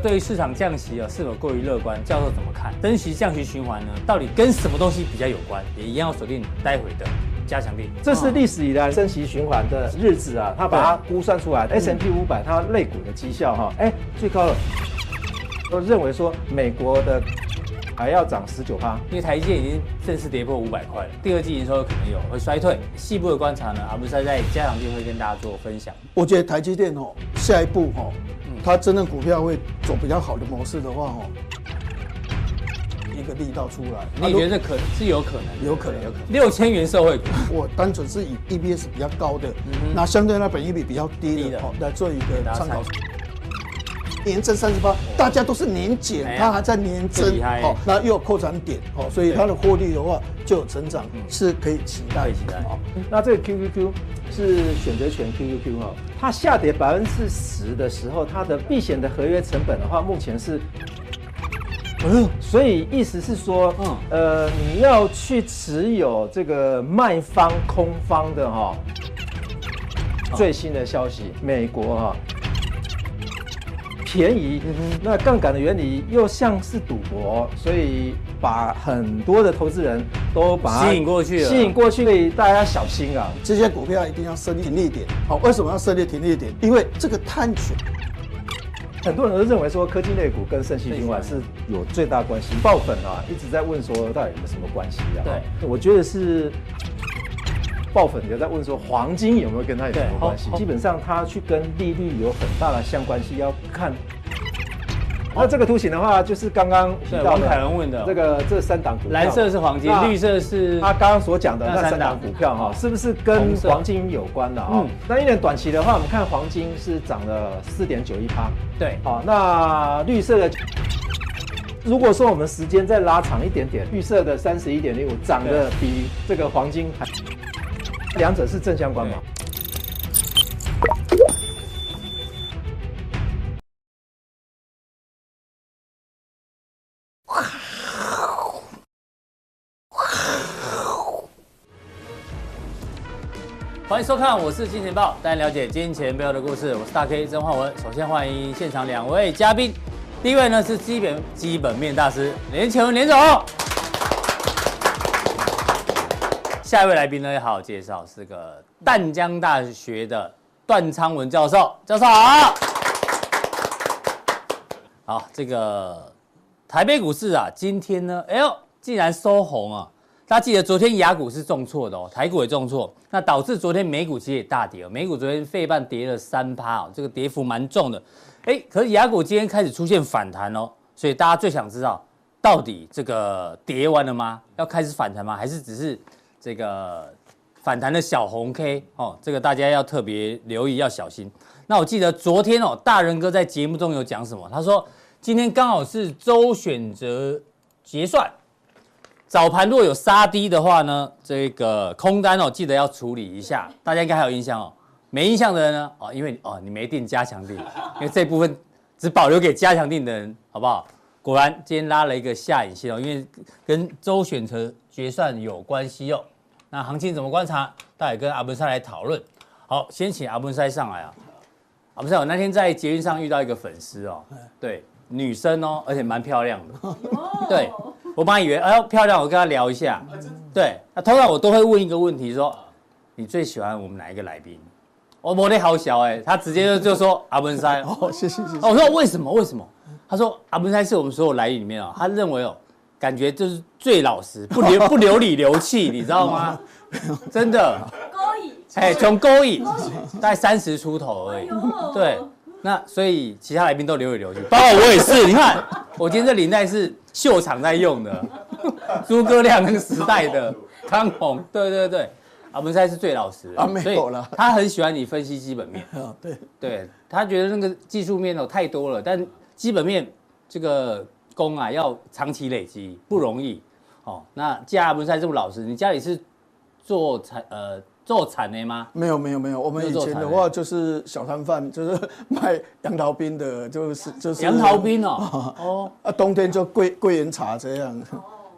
对于市场降息是否过于乐观？教授怎么看？升息降息循环呢，到底跟什么东西比较有关？也一样要锁定待会的加强力。 这是历史以来升息循环的日子啊，他把它估算出来 ，S&P 500它类股的绩效最高了，都认为说美国的还要涨19%， 因为台积电已经正式跌破500块了，第二季营收有可能会衰退。细部的观察呢，阿布赛在加强力会跟大家做分享。 我觉得台积电下一步它真正股票会走比较好的模式的话一个力道出来。 你觉得是有可能？ 有可能 ，6000元受惠股。 我单纯是以 EPS 比较高的，那相对那本益比比较低的来做一个参考。年增38%，大家都是年减，它还在年增，那又有扩产点，所以它的获利的话就有成长，是可以期待。 那这个 QQQ 是选择权 QQQ 它下跌10%的时候，它的避险的合约成本的话，目前是。所以意思是说，你要去持有这个卖方空方的最新的消息，美国便宜，那杠杆的原理又像是赌博，所以把很多的投资人都把它吸引过去了， 所以大家要小心啊！ 这些股票一定要设立停利点。为什么要设立停利点？因为这个碳权。 很多人都认为说科技类股跟升息循环是有最大关系。爆粉一直在问说到底有没有什么关系啊？ 对， 我觉得是爆粉也在问说黄金有没有跟它有什么关系？基本上它去跟利率有很大的相关系，要看。那这个图形的话，就是刚刚提到的王凯文问的这3档股票， 蓝色是黄金，绿色是他刚刚所讲的那3档股票是不是跟黄金有关的那一年短期的话，我们看黄金是涨了4.91%， 对， 那绿色的，如果说我们时间再拉长一点点，绿色的31.05涨得比这个黄金还，两者是正相关嘛？ 欢迎收看，我是金钱豹，带您了解金钱背后的故事。我是大 K 曾焕文。首先欢迎现场2位嘉宾，第一位呢是基本面大师连乾文连总，下一位来宾呢要好好介绍，是个淡江大学的段昌文教授，教授好。好，这个台北股市今天呢，竟然收红啊！大家记得昨天亚股是重挫的台股也重挫，那导致昨天美股其实也大跌美股昨天费半跌了3%这个跌幅蛮重的。可是亚股今天开始出现反弹所以大家最想知道，到底这个跌完了吗？要开始反弹吗？还是只是这个反弹的小红 K 这个大家要特别留意，要小心。那我记得昨天大仁哥在节目中有讲什么？他说今天刚好是周选择结算。早盘如果有杀低的话呢，这个空单记得要处理一下。大家应该还有印象没印象的人呢因为你没定加强定，因为这部分只保留给加强定的人，好不好？果然今天拉了一个下影线因为跟周选择决算有关系那行情怎么观察？待会跟阿文塞来讨论。好，先请阿文塞上来阿文塞，我那天在捷运上遇到一个粉丝对，女生而且蛮漂亮的，对。我本来以为漂亮，我跟他聊一下。对，那通常我都会问一个问题，说你最喜欢我们哪一个来宾？我摸得好小他直接就说阿文塞。 谢谢。 我说为什么？他说阿文塞是我们所有来宾里面他认为感觉就是最老实，不流里流气，你知道吗？真的。勾引。从勾引，大概30出头而已。对。那所以其他来宾都流里流气，包括我也是。你看，我今天这领带是秀场在用的，诸葛亮那个时代的康弘。对，阿文塞是最老实的， 没有了。 他很喜欢你分析基本面， 对， 他觉得那个技术面太多了，但基本面这个功要长期累积不容易。那既然阿文塞这么老实，你家里是做产的吗？ 没有，我们以前的话就是小摊贩，就是卖杨桃冰的，就是杨桃冰冬天就桂圆茶这样。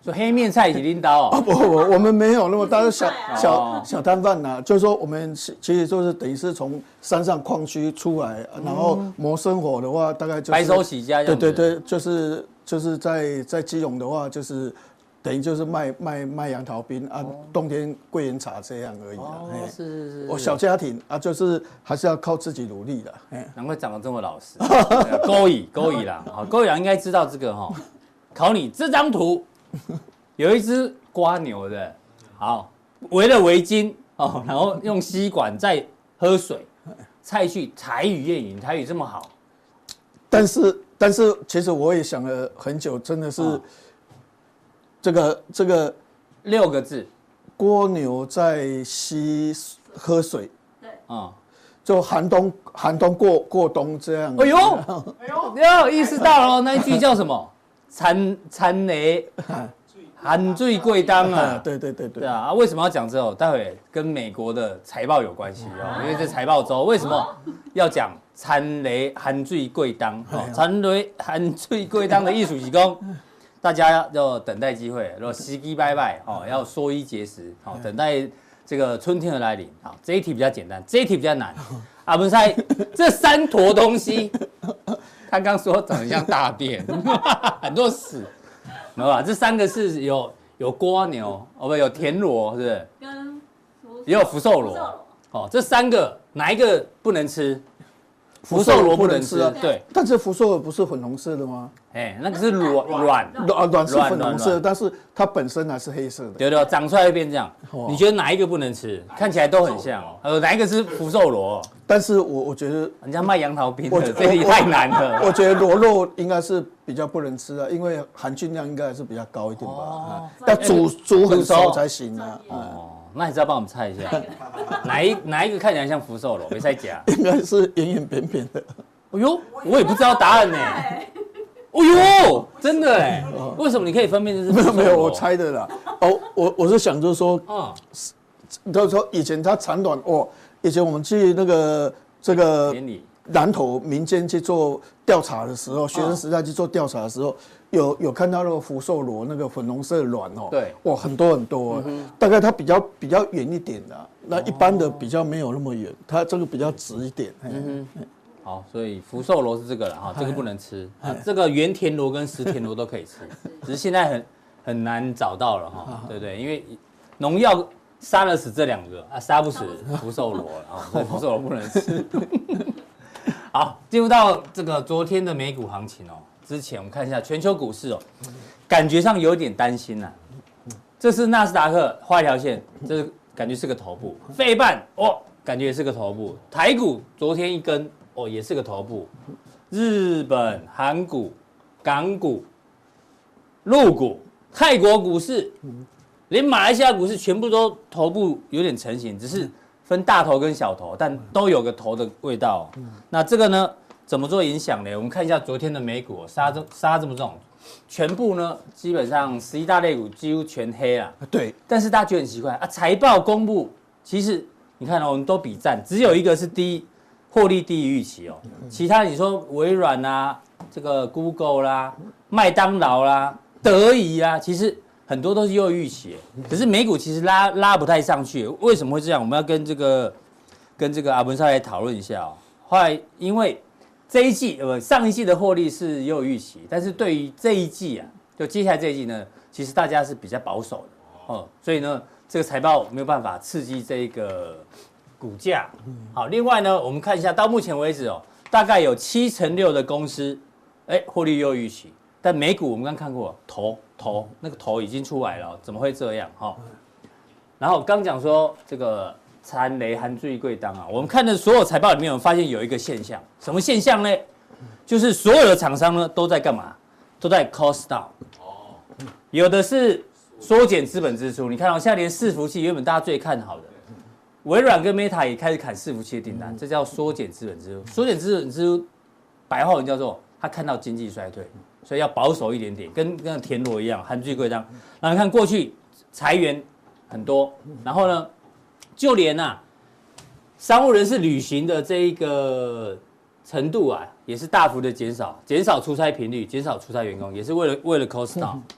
说黑面菜是领导哦， 不，我们没有那么大的小摊贩呐，就是说我们其实就是等于是从山上矿区出来，然后谋生活的话，大概就是白手起家这样子。 对，就是在基隆的话，就是等于就是卖杨桃冰啊，冬天桂圆茶这样而已啦。 是。 我小家庭啊，就是还是要靠自己努力的。 难怪长得这么老实。勾引啦，好，勾引郎应该知道这个哈。考你这张图。有一只蝸牛的，好围了围巾哦，然后用吸管在喝水。蔡旭台语谚语，台语这么好， 但是其实我也想了很久，真的是这个 6个字， 蝸牛在喝水，对就寒冬过冬这样。 哎呦，意识到了那一句叫什么？参雷含醉贵当啊！ 对啊！为什么要讲这种？待会跟美国的财报有关系哦，因为这财报周为什么要讲参雷含醉贵当？参雷含醉贵当的艺术提供，大家要等待机会，如果时机拜拜哦，要说一节食，好，等待这个春天的来临。好，这一题比较简单，这一题比较难。阿文猜这3坨东西。他刚说长得像大便，很多屎，没有吧？这3个是有蝸牛，不有田螺，是不是？跟也有福寿螺。哦，这3个哪一个不能吃？福寿螺不能吃啊。对， 但是福寿螺不是粉红色的吗？ 那个是卵是粉红色，但是它本身还是黑色的。 对，长出来会变这样。你觉得哪一个不能吃？看起来都很像。哪一个是福寿螺？ 但是我觉得人家卖杨桃冰的，这里太难了。 我觉得螺肉应该是比较不能吃的，因为含菌量应该还是比较高一点吧。要煮很熟才行啊。 那你再帮我们猜一下，哪一个看起来像福寿螺？没猜假？ 应该是圆圆扁扁的。 哎呦，我也不知道答案呢。哎呦，真的哎？为什么你可以分辨这是？ 没有，我猜的啦。我是想就是说，就是说以前它产卵以前我们去这个南投民间去做调查的时候，学生时代去做调查的时候，有看到那个福寿螺那个粉红色的卵对， 很多，大概它比较圆一点的，那一般的比较没有那么圆，它这个比较直一点。 好，所以福寿螺是这个了哈，这个不能吃。这个原田螺跟石田螺都可以吃，只是现在很难找到了哈，对不对？因为农药杀了死这2个啊，杀不死福寿螺了，所以福寿螺不能吃。好，进入到这个昨天的美股行情哦，之前我们看一下全球股市哦，感觉上有点担心呐。这是纳斯达克画一条线，这是感觉是个头部，费半感觉也是个头部，台股昨天一根也是个头部，日本、韩股、港股、陆股、泰国股市。连马来西亚股市全部都头部有点成型，只是分大头跟小头，但都有个头的味道。那这个呢，怎么做影响呢？我们看一下昨天的美股杀这么重，全部呢基本上11大类股几乎全黑了。 对， 但是大家觉得很奇怪啊，财报公布，其实你看我们都比赞，只有一个是获利低于预期哦，其他你说微软啦、这个 Google 啦、麦当劳啦、德仪啦，其实很多都是优于预期，可是美股其实拉不太上去，为什么会这样？我们要跟这个阿文少来讨论一下哦。后来因为这一季上一季的获利是优于预期，但是对于这一季啊，就接下来这一季呢，其实大家是比较保守的所以呢，这个财报没有办法刺激这个股价。好，另外呢，我们看一下到目前为止大概有6%的公司获利优于预期。但美股我们刚看过那个头已经出来了，怎么会这样然后刚讲说这个参雷含最贵当啊，我们看的所有财报里面，我们发现有一个现象，什么现象呢？就是所有的厂商呢都在干嘛？都在 cost down。有的是缩减资本支出，你看现在连伺服器原本大家最看好的，微软跟 Meta 也开始砍伺服器的订单，这叫缩减资本支出。缩减资本支出白话文叫做他看到经济衰退。所以要保守一点点，跟田螺一样，含最贵当。然后你看过去裁员很多，然后呢，就连商务人士旅行的这一个程度啊，也是大幅的减少出差频率，减少出差员工，也是为了 cost down。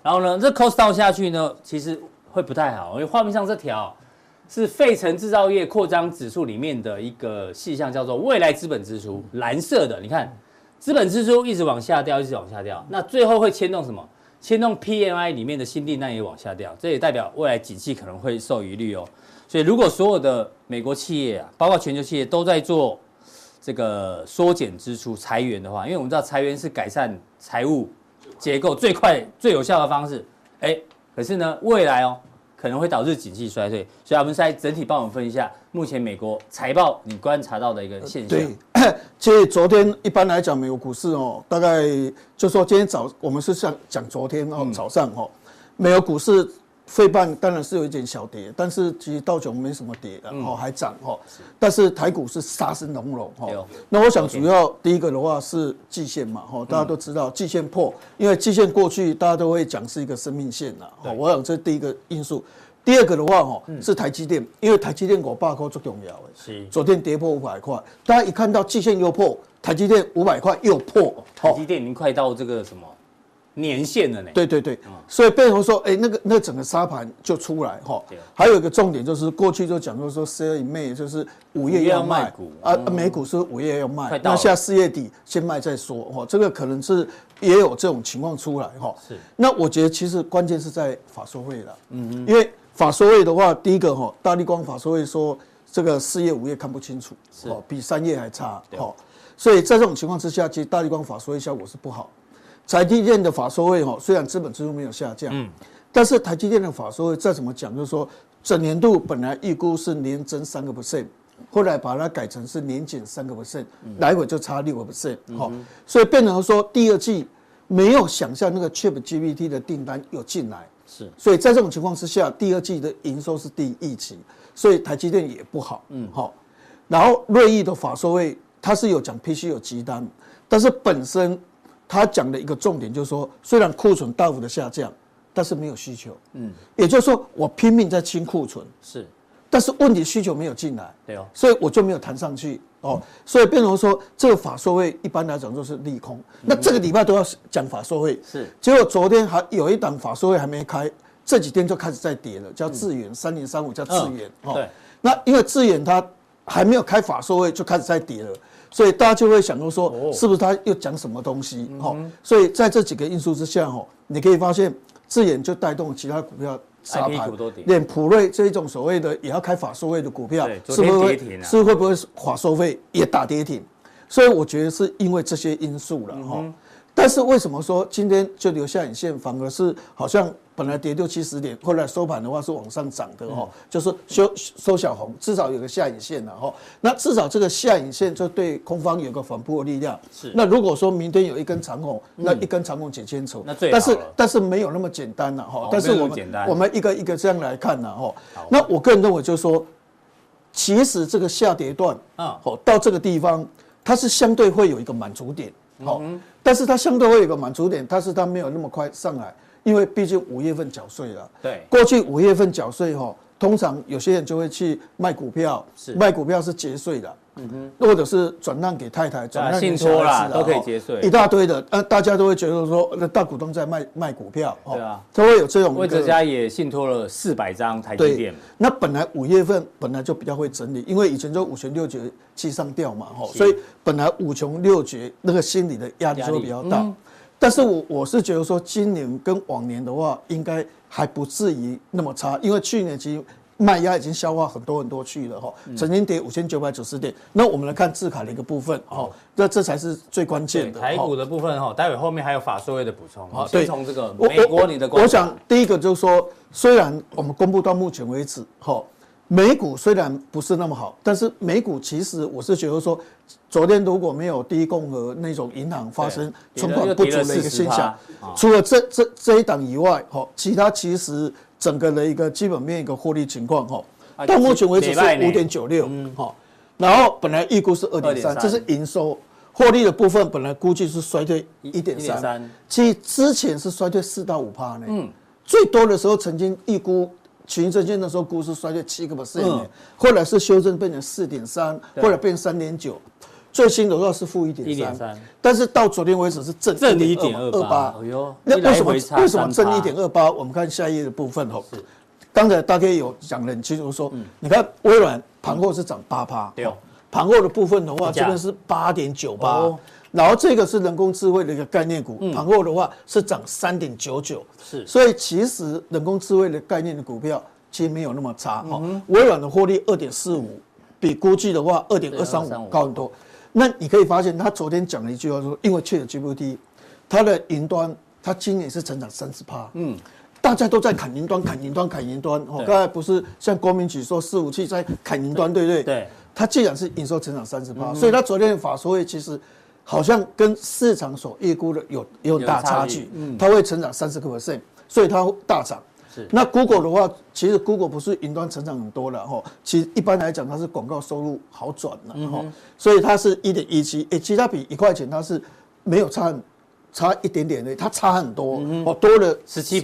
然后呢，这 cost down 下去呢，其实会不太好，因为画面上这条是费城制造业扩张指数里面的一个细项，叫做未来资本支出，蓝色的，你看资本支出一直往下掉，一直往下掉，那最后会牵动什么？牵动 PMI 里面的新订单也往下掉，这也代表未来景气可能会受疑虑哦。所以如果所有的美国企业啊，包括全球企业都在做这个缩减支出、裁员的话，因为我们知道裁员是改善财务结构最快、最有效的方式。可是呢，未来可能会导致景气衰退。所以阿文塞整体帮我们分析一下目前美国财报你观察到的一个现象。 对，其实昨天一般来讲，美国股市大概就说今天我们是讲昨天早上美国股市。费半当然是有一点小跌，但是其实道琼没什么跌的，还涨但是台股是杀声隆隆那我想主要第一个的话是季线嘛大家都知道季线破，因为季线过去大家都会讲是一个生命线我想这是第一个因素。第二个的话是台积电，因为台积电500块最重要的，是昨天跌破500块，大家一看到季线又破，台积电500块又破， 台积电已经快到这个什么？年限了呢？ 对，所以变成说，那整个沙盘就出来还有一个重点就是，过去就讲说12May就是5月要卖股美股是5月要卖，那现在4月底先卖再说这个可能是也有这种情况出来是。那我觉得其实关键是在法说会了，因为法说会的话，第一个大立光法说会说这个4月5月看不清楚，比3月还差所以在这种情况之下，其实大立光法说会效果是不好。台积电的法说会虽然资本支出没有下降，但是台积电的法说会再怎么讲，就是说整年度本来预估是年增3%，后来把它改成是年减3%，来回就差6%，所以变成说第二季没有想象那个 ChatGPT 的订单有进来，是，所以在这种情况之下，第二季的营收是低于预期，所以台积电也不好，然后瑞昱的法说会它是有讲 PC 有急单，但是本身他讲的一个重点就是说，虽然库存大幅的下降，但是没有需求。也就是说我拼命在清库存，是，但是问题需求没有进来，对所以我就没有弹上去所以变成说这个法说会一般来讲都是利空。那这个礼拜都要讲法说会，是，结果昨天还有一档法说会还没开，这几天就开始在跌了，叫智原3035叫智原对，那因为智原它还没有开法说会就开始在跌了。所以大家就会想说，是不是他又讲什么东西？所以在这几个因素之下，你可以发现智原就带动其他股票杀盘，连普瑞这一种所谓的也要开法说会的股票，是会不会法说会也打跌停？所以我觉得是因为这些因素了但是为什么说今天就留下影线，反而是好像本来跌6-70点，后来收盘的话是往上涨的就是收小红，至少有个下影线了那至少这个下影线就对空方有个反扑的力量。是。那如果说明天有一根长红，那一根长红解千愁，那最好了。但是没有那么简单了但是我们一个一个这样来看那我个人认为就是说，其实这个下跌段到这个地方，它是相对会有一个满足点。但是它相对会有一个满足点，但是它没有那么快上来，因为毕竟5月份缴税了。对，过去5月份缴税通常有些人就会去卖股票，卖股票是节税的，或者是转让给太太，转让给小孩子都可以节税， 一大堆的，大家都会觉得说，那大股东在卖股票，对啊，都会有这种。 魏哲家也信托了400张台积电。 那本来5月份本来就比较会整理，因为以前就5穷6绝七上吊嘛，所以本来5穷6绝那个心理的压力就会比较大。但是我是觉得说，今年跟往年的话，应该还不至于那么差，因为去年其实卖压已经消化很多去了曾经跌5990点。那我们来看字卡的一个部分这才是最关键的。 台股的部分待会后面还有法说会的补充先从这个美国你的观察。 我想第一个就是说，虽然我们公布到目前为止美股虽然不是那么好，但是美股其实我是觉得说，昨天如果没有第一共和那种银行发生存款不足的一个现象，除了这一档以外，其他其实整个的一个基本面一个获利情况到目前为止是5.96然后本来预估是2.3，这是营收。获利的部分本来估计是衰退1.3，其实之前是衰退4到5%呢。最多的时候曾经预估。群益证券的时候估是衰退7%后来是修正变成4.3，后来变3.9， 最新的话是负1.3，但是到昨天为止是正 1.28。哎呦， 那为什么正1.28？我们看下一页的部分哦。刚才大概有讲得很清楚，说你看微软盘后是涨8%，对，盘后的部分的话，这边是8.98，然后这个是人工智慧的一个概念股，盘后的话是涨3.99，是，所以其实人工智慧的概念的股票其实没有那么差哈。微软的获利2.45，比估计的话2.235高很多。那你可以发现，他昨天讲了一句话说，因为 ChatGPT， 它的云端，它今年是成长30%，大家都在砍云端。刚才不是像郭明举说伺服器在砍云端，对不对？对。它既然是营收成长30%，所以它昨天的法说会其实好像跟市场所预估的有很大差距，它会成长30%，所以它大涨。那 Google 的话，其实 Google 不是云端成长很多了哈，其实一般来讲它是广告收入好转了哈，所以它是1.17，其实它比1块钱它是没有差一点点的，它差很多，多了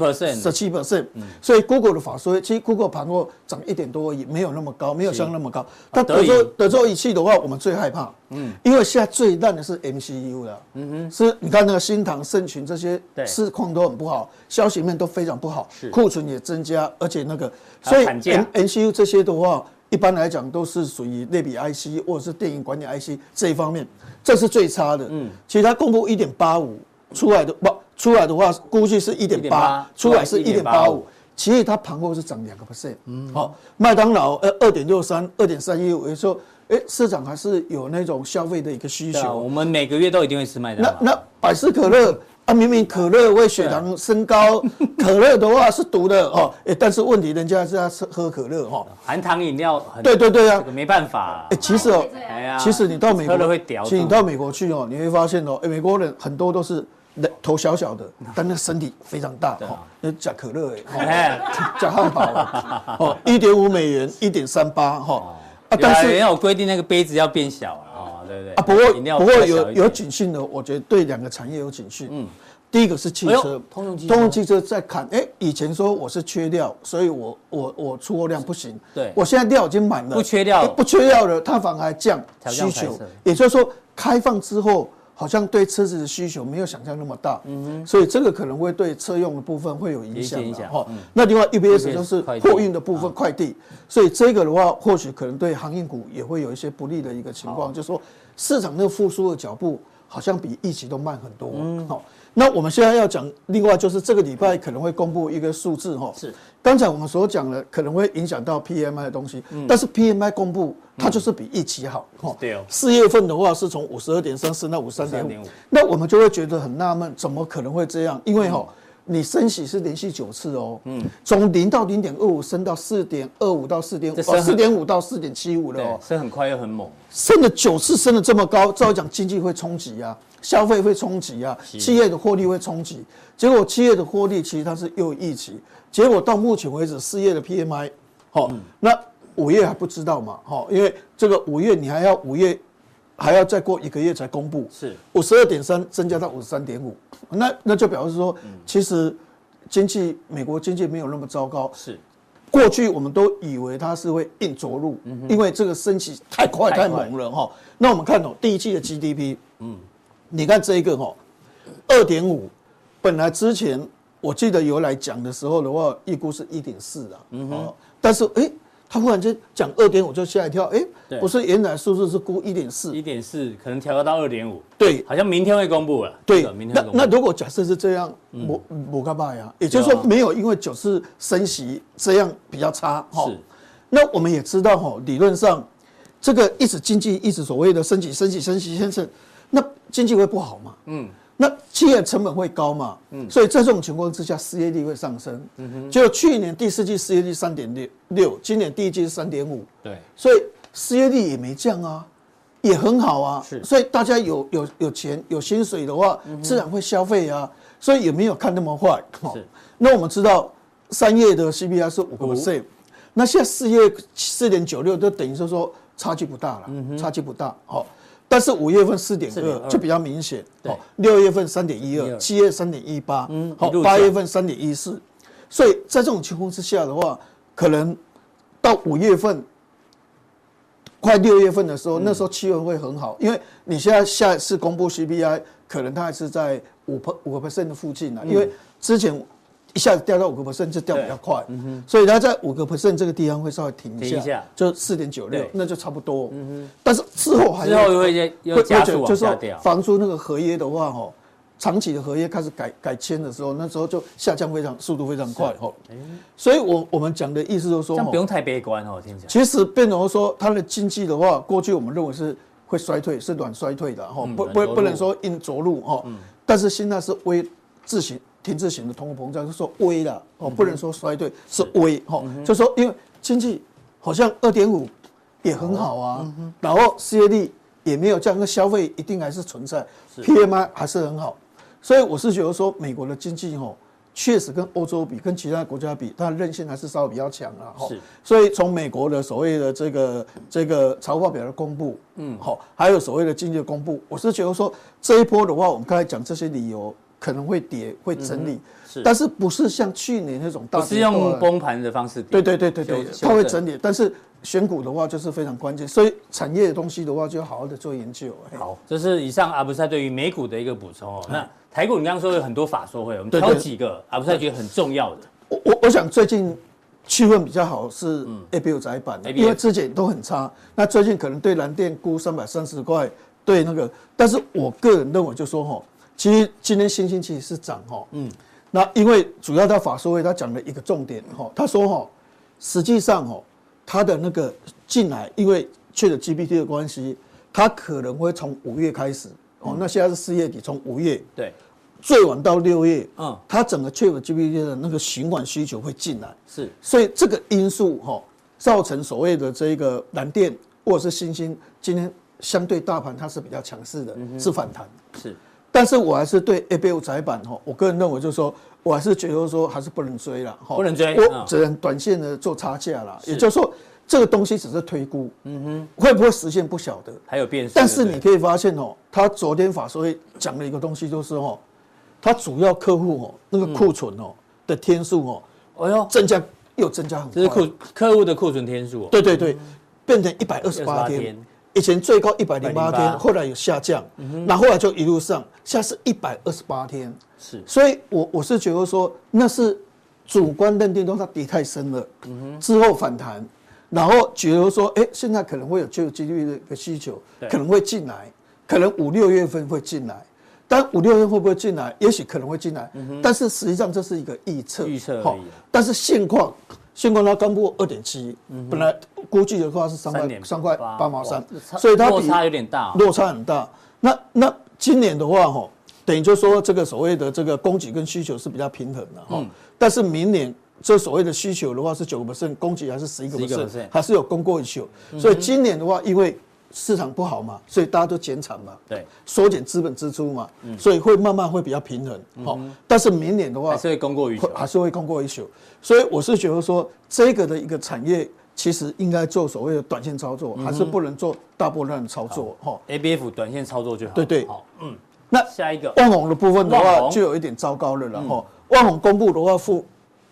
17%，所以 Google 的法说，其实 Google 盘后涨1点多而已，没有那么高，没有像那么高。但德州仪器的话，我们最害怕，因为现在最烂的是 MCU 了，是你看那个新唐、盛群这些市况都很不好，消息面都非常不好，库存也增加，而且那个，所以 MCU 这些的话，一般来讲都是属于类比 IC 或者是电影管理 IC 这一方面，这是最差的。其实它公布1.85。出来的话，估计是1.8，出来是1.85，其实它盘后是涨2%。好，麦当劳2.63、2.315，有时候市场还是有那种消费的一个需求。 我们每个月都一定会吃麦当劳。 那百事可乐明明可乐为血糖升高，可乐的话是毒的哦，但是问题人家是要喝可乐哈， 含糖饮料很对啊， 这个没办法。 其实你到美国喝了会屌， 其实你到美国去哦，你会发现哦，美国人很多都是。头小小的，但那身体非常大哈。那加可乐加汉堡1.5美元1.38哈。 但是人有规定那个杯子要变小啊，对不对？ 不过有警讯的，我觉得对2个产业有警讯。第一个是汽车，通用汽车在看，以前说我是缺料，所以我出货量不行。对，我现在料已经满了，不缺料了，它反而还降需求，也就是说开放之后。好像对车子的需求没有想象那么大，所以这个可能会对车用的部分会有影响哈。那另外 UPS 就是货运的部分，快递，所以这个的话，或许可能对航运股也会有一些不利的一个情况，就是说市场那个复苏的脚步好像比预期都慢很多。好，那我们现在要讲，另外就是这个礼拜可能会公布一个数字哈，是刚才我们所讲的可能会影响到 PMI 的东西，但是 PMI 公布它就是比预期好哈。对哦，4月份的话是从52.3升到53.5，那我们就会觉得很纳闷，怎么可能会这样？因为你升息是连续9次哦，从0到0.25升到4.25到4.5到4.75了哦， 升很快又很猛， 升了9次，升了这么高，照讲经济会冲击啊。消费会冲击啊，企业的获利会冲击，结果企业的获利其实它是又预期，结果到目前为止4月的 PMI， 那5月还不知道嘛，因为这个5月你5月还要再过1个月才公布，是52.3增加到53.5，那就表示说，其实美国经济没有那么糟糕，是。过去我们都以为它是会硬着陆，因为这个升息太快太猛了哈。那我们看第一季的 GDP，你看这一个2.5，本来之前我记得有来讲的时候的话，预估是1.4啊，但是他忽然间讲2.5就吓一跳，不是原来数字是估1.4 可能调高到2.5， 对， 好像明天会公布了， 对，那如果假设是这样，我干嘛呀？也就是说没有因为9次升息这样比较差哈。那我们也知道理论上这个经济一直所谓的升级，那经济会不好嘛？那企业成本会高嘛？所以在这种情况之下，失业率会上升。就去年第4季失业率3.6，今年第1季是3.5。对，所以失业率也没降啊，也很好啊。所以大家有钱有薪水的话，自然会消费啊。所以也没有看那么坏。那我们知道3月的 CPI 是5%，那现在4月4.96，就等于说差距不大了，差距不大。但是5月份4.2就比较明显，6月份3.12，7月3.18，好，8月份3.14，所以在这种情况之下的话，可能到5月份快6月份的时候，那时候气氛会很好，因为你现在下一次公布 CPI， 可能它还是在5% 的附近因为之前一下子掉到5%就掉比较快，所以它在5% 这个地方会稍微停一下，就4.96，那就差不多。但是之后还会加速往下掉， 就是房租那个合约的话长期的合约开始改签的时候，那时候就下降速度非常快所以我们讲的意思就是说， 这样不用太悲观听起来。 其实变成说它的经济的话，过去我们认为是会衰退，是软衰退的不能说硬着陆但是现在是停滞型的通货膨胀，就是说微了不能说衰退，是微就是说因为经济好像2.5也很好啊，然后失业率也没有降，那消费一定还是存在 ，PMI 还是很好。所以我是觉得说，美国的经济确实跟欧洲比，跟其他国家比，它的韧性还是稍微比较强所以从美国的所谓的这个财务报表的公布，还有所谓的经济的公布，我是觉得说这一波的话，我们刚才讲这些理由可能会跌，会整理，但是不是像去年那种大跌， 不是用崩盘的方式跌， 对，它会整理，但是选股的话就是非常关键，所以产业的东西的话就要好好的做研究。 好，这是以上阿布赛对于美股的一个补充那台股你刚刚说有很多法说会，我们挑几个阿布赛觉得很重要的。 我想最近气氛比较好是 ABF 窄板，因为之前都很差，那最近可能对蓝电估330块，对那个，但是我个人认为就说其实今天新兴其实是涨那因为主要他法说会他讲了一个重点他说实际上他的那个进来，因为ChatGPT 的关系，他可能会从5月开始那现在是4月底，从5月对最晚到6月，它整个 ChatGPT 的那个循环需求会进来， 是， 所以这个因素造成所谓的这个蓝电或者是新兴今天相对大盘它是比较强势的，是反弹， 是。 但是我还是对 ABF 窄板我个人认为就是说，我还是觉得说还是不能追了不能追， 我只能短线的做差价啦，也就是说这个东西只是推估，会不会实现不晓得， 还有变数。 但是你可以发现他昨天法说会讲了一个东西，就是他主要客户那个库存的天数增加很快， 这是客户的库存天数对，变成128天。以前最高108天，后来有下降，那后来就一路上，现在是128天。 是， 所以我是觉得说，那是主观认定中它跌太深了，之后反弹，然后觉得说，现在可能会有就几率的一个需求，可能会进来，可能5、6月份会进来，但5、6月份会不会进来？也许可能会进来，但是实际上这是一个预测而已。 但是现况它公布2.7，本来估计的话是3块8毛3，所以它落差有点大， 落差很大。那今年的话等于就说这个所谓的这个供给跟需求是比较平衡的但是明年这所谓的需求的话是9%，供给还是11%，还是有供过于求。所以今年的话，因为市场不好嘛，所以大家都减产嘛， 对， 缩减资本支出嘛，所以会慢慢会比较平衡但是明年的话还是会供过于求， 还是会供过于求。所以我是觉得说，这个的一个产业其实应该做所谓的短线操作，还是不能做大波段的操作 ABF 短线操作就好。 对， 好， 那下一个万宏的部分的话，就有一点糟糕了万宏公布的话负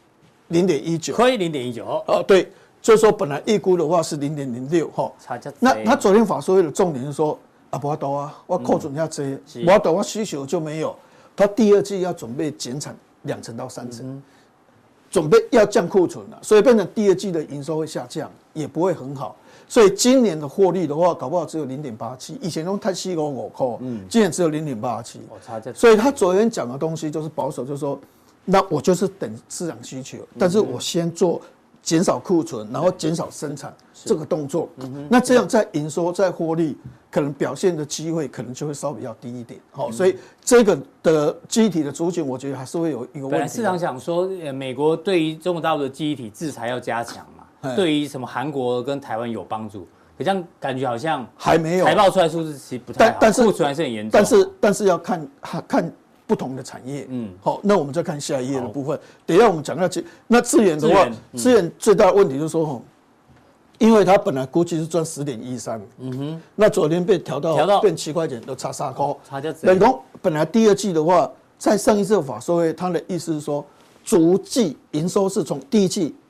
0.19， 亏0.19 对。就是说，本来预估的话是0.06那他昨天法说会的重点是说不要多我库存要这，不要多我需求就没有。他第2季要准备减产2成到3成，准备要降库存了，所以变成第2季的营收会下降，也不会很好。所以今年的获利的话，搞不好只有0.87，以前都太4.55块，今年只有0.87。所以他昨天讲的东西就是保守，就是说，那我就是等市场需求，但是我先做。减少库存，然后减少生产这个动作，那这样在营收、在获利可能表现的机会可能就会稍微比较低一点。所以这个的记忆体的族群，我觉得还是会有一个问题。 本来市场想说，美国对于中国大陆的记忆体制裁要加强嘛，对于什么韩国跟台湾有帮助，可这样感觉好像还没有。 财报出来数字其实不太好，但是库存还是很严重。 但是要看不同的产业，好，那我们再看下一页的部分。等一下我们讲到那资源的话，资源最大的问题就是说，因为它本来估计是赚10.13，那昨天被调到变7块钱，都差3块，等同本来第2季的话，在上一次的法说会，它的意思是说，逐季营收是从第1季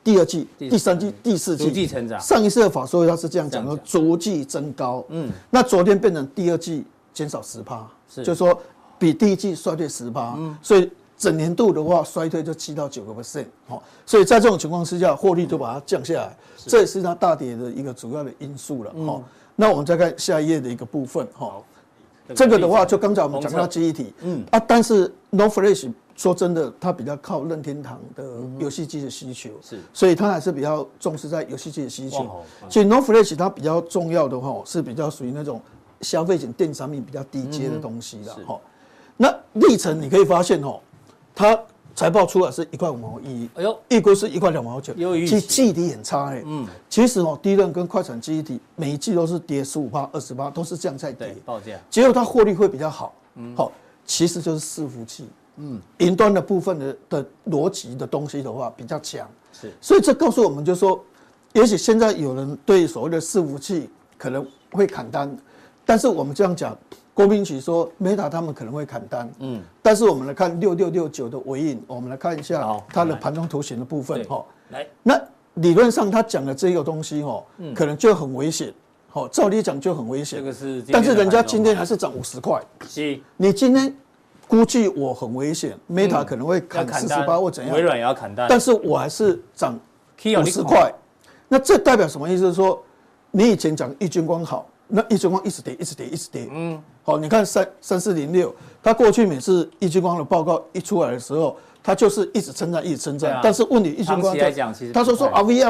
第二季、第三季、第四季逐季成长。 上一次的法说会它是这样讲的，逐季增高。那昨天变成第二季减少10%，就是说比第一季衰退10%，所以整年度的话衰退就7到9%。所以在这种情况之下，获利就把它降下来，这也是它大跌的一个主要的因素了。那我们再看下一页的一个部分。这个的话，就刚才我们讲到记忆体，但是 NOR Flash 说真的，它比较靠任天堂的游戏机的需求，所以它还是比较重视在游戏机的需求。所以 NOR Flash 它比较重要的话，是比较属于那种消费型电子产品比较低阶的东西的。那历程你可以发现它财报出来是1.5毛1，哎呦，预估是1.2毛9，其实记忆体很差其实低润跟快闪记忆体每一季都是跌15%、20%，都是这样在跌， 报价， 结果它获利会比较好。其实就是伺服器，云端的部分的逻辑的东西的话比较强，所以这告诉我们就是说，也许现在有人对所谓的伺服器可能会砍单，但是我们这样讲。郭明奇说 ，Meta 他们可能会砍单，但是我们来看6669的尾影，我们来看一下它的盘中图形的部分， 来， 那理论上他讲的这个东西，可能就很危险，照理讲就很危险， 这个是， 但是人家今天还是涨50块，你今天估计我很危险 ，Meta 可能会砍48或怎样， 微软也要砍单， 但是我还是涨50块，那这代表什么意思？是说你以前讲易军光好。那易军光一直跌，一直跌，一直跌。好，你看3406，它过去每次易军光的报告一出来的时候，它就是一直称赞，一直称赞。但是问题易军光他说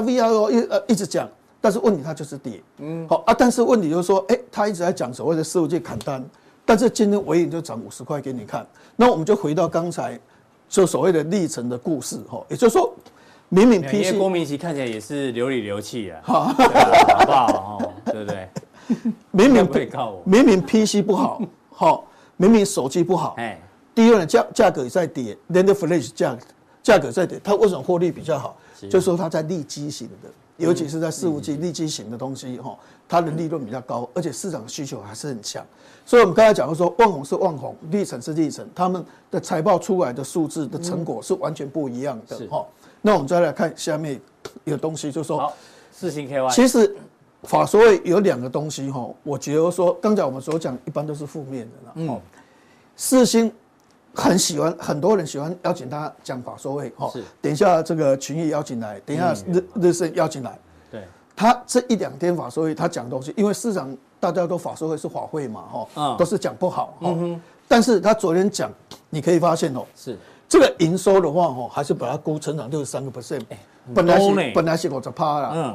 VR 一直讲，但是问题它就是跌。好啊，但是问题就是说，他一直在讲所谓的伺服器砍单，但是今天尾影就涨50块给你看。那我们就回到刚才就所谓的历程的故事，也就是说，明明 PC， 因为郭明奇看起来也是流里流气啊，好不好？对不对？ 明明 PC 不好，明明手机不好，第一个价格也在跌 ，NAND Flash 价格在跌，它为什么获利比较好？就是说它在利基型的，尤其是在伺服器利基型的东西，它的利润比较高，而且市场需求还是很强。所以我们刚才讲说，旺宏是旺宏，历程是历程，他们的财报出来的数字的成果是完全不一样的。那我们再来看下面一个东西，就是说， 世芯 KY， 其实。法说会有2个东西我觉得说刚才我们所讲一般都是负面的啦。世芯很喜欢，很多人喜欢邀请他讲法说会等一下这个群益邀请来，等一下日升邀请来。对，他这1、2天法说会他讲东西，因为市场大家都法说会是法会嘛都是讲不好但是他昨天讲，你可以发现是这个营收的话还是把它估成长63%。本来是50%啦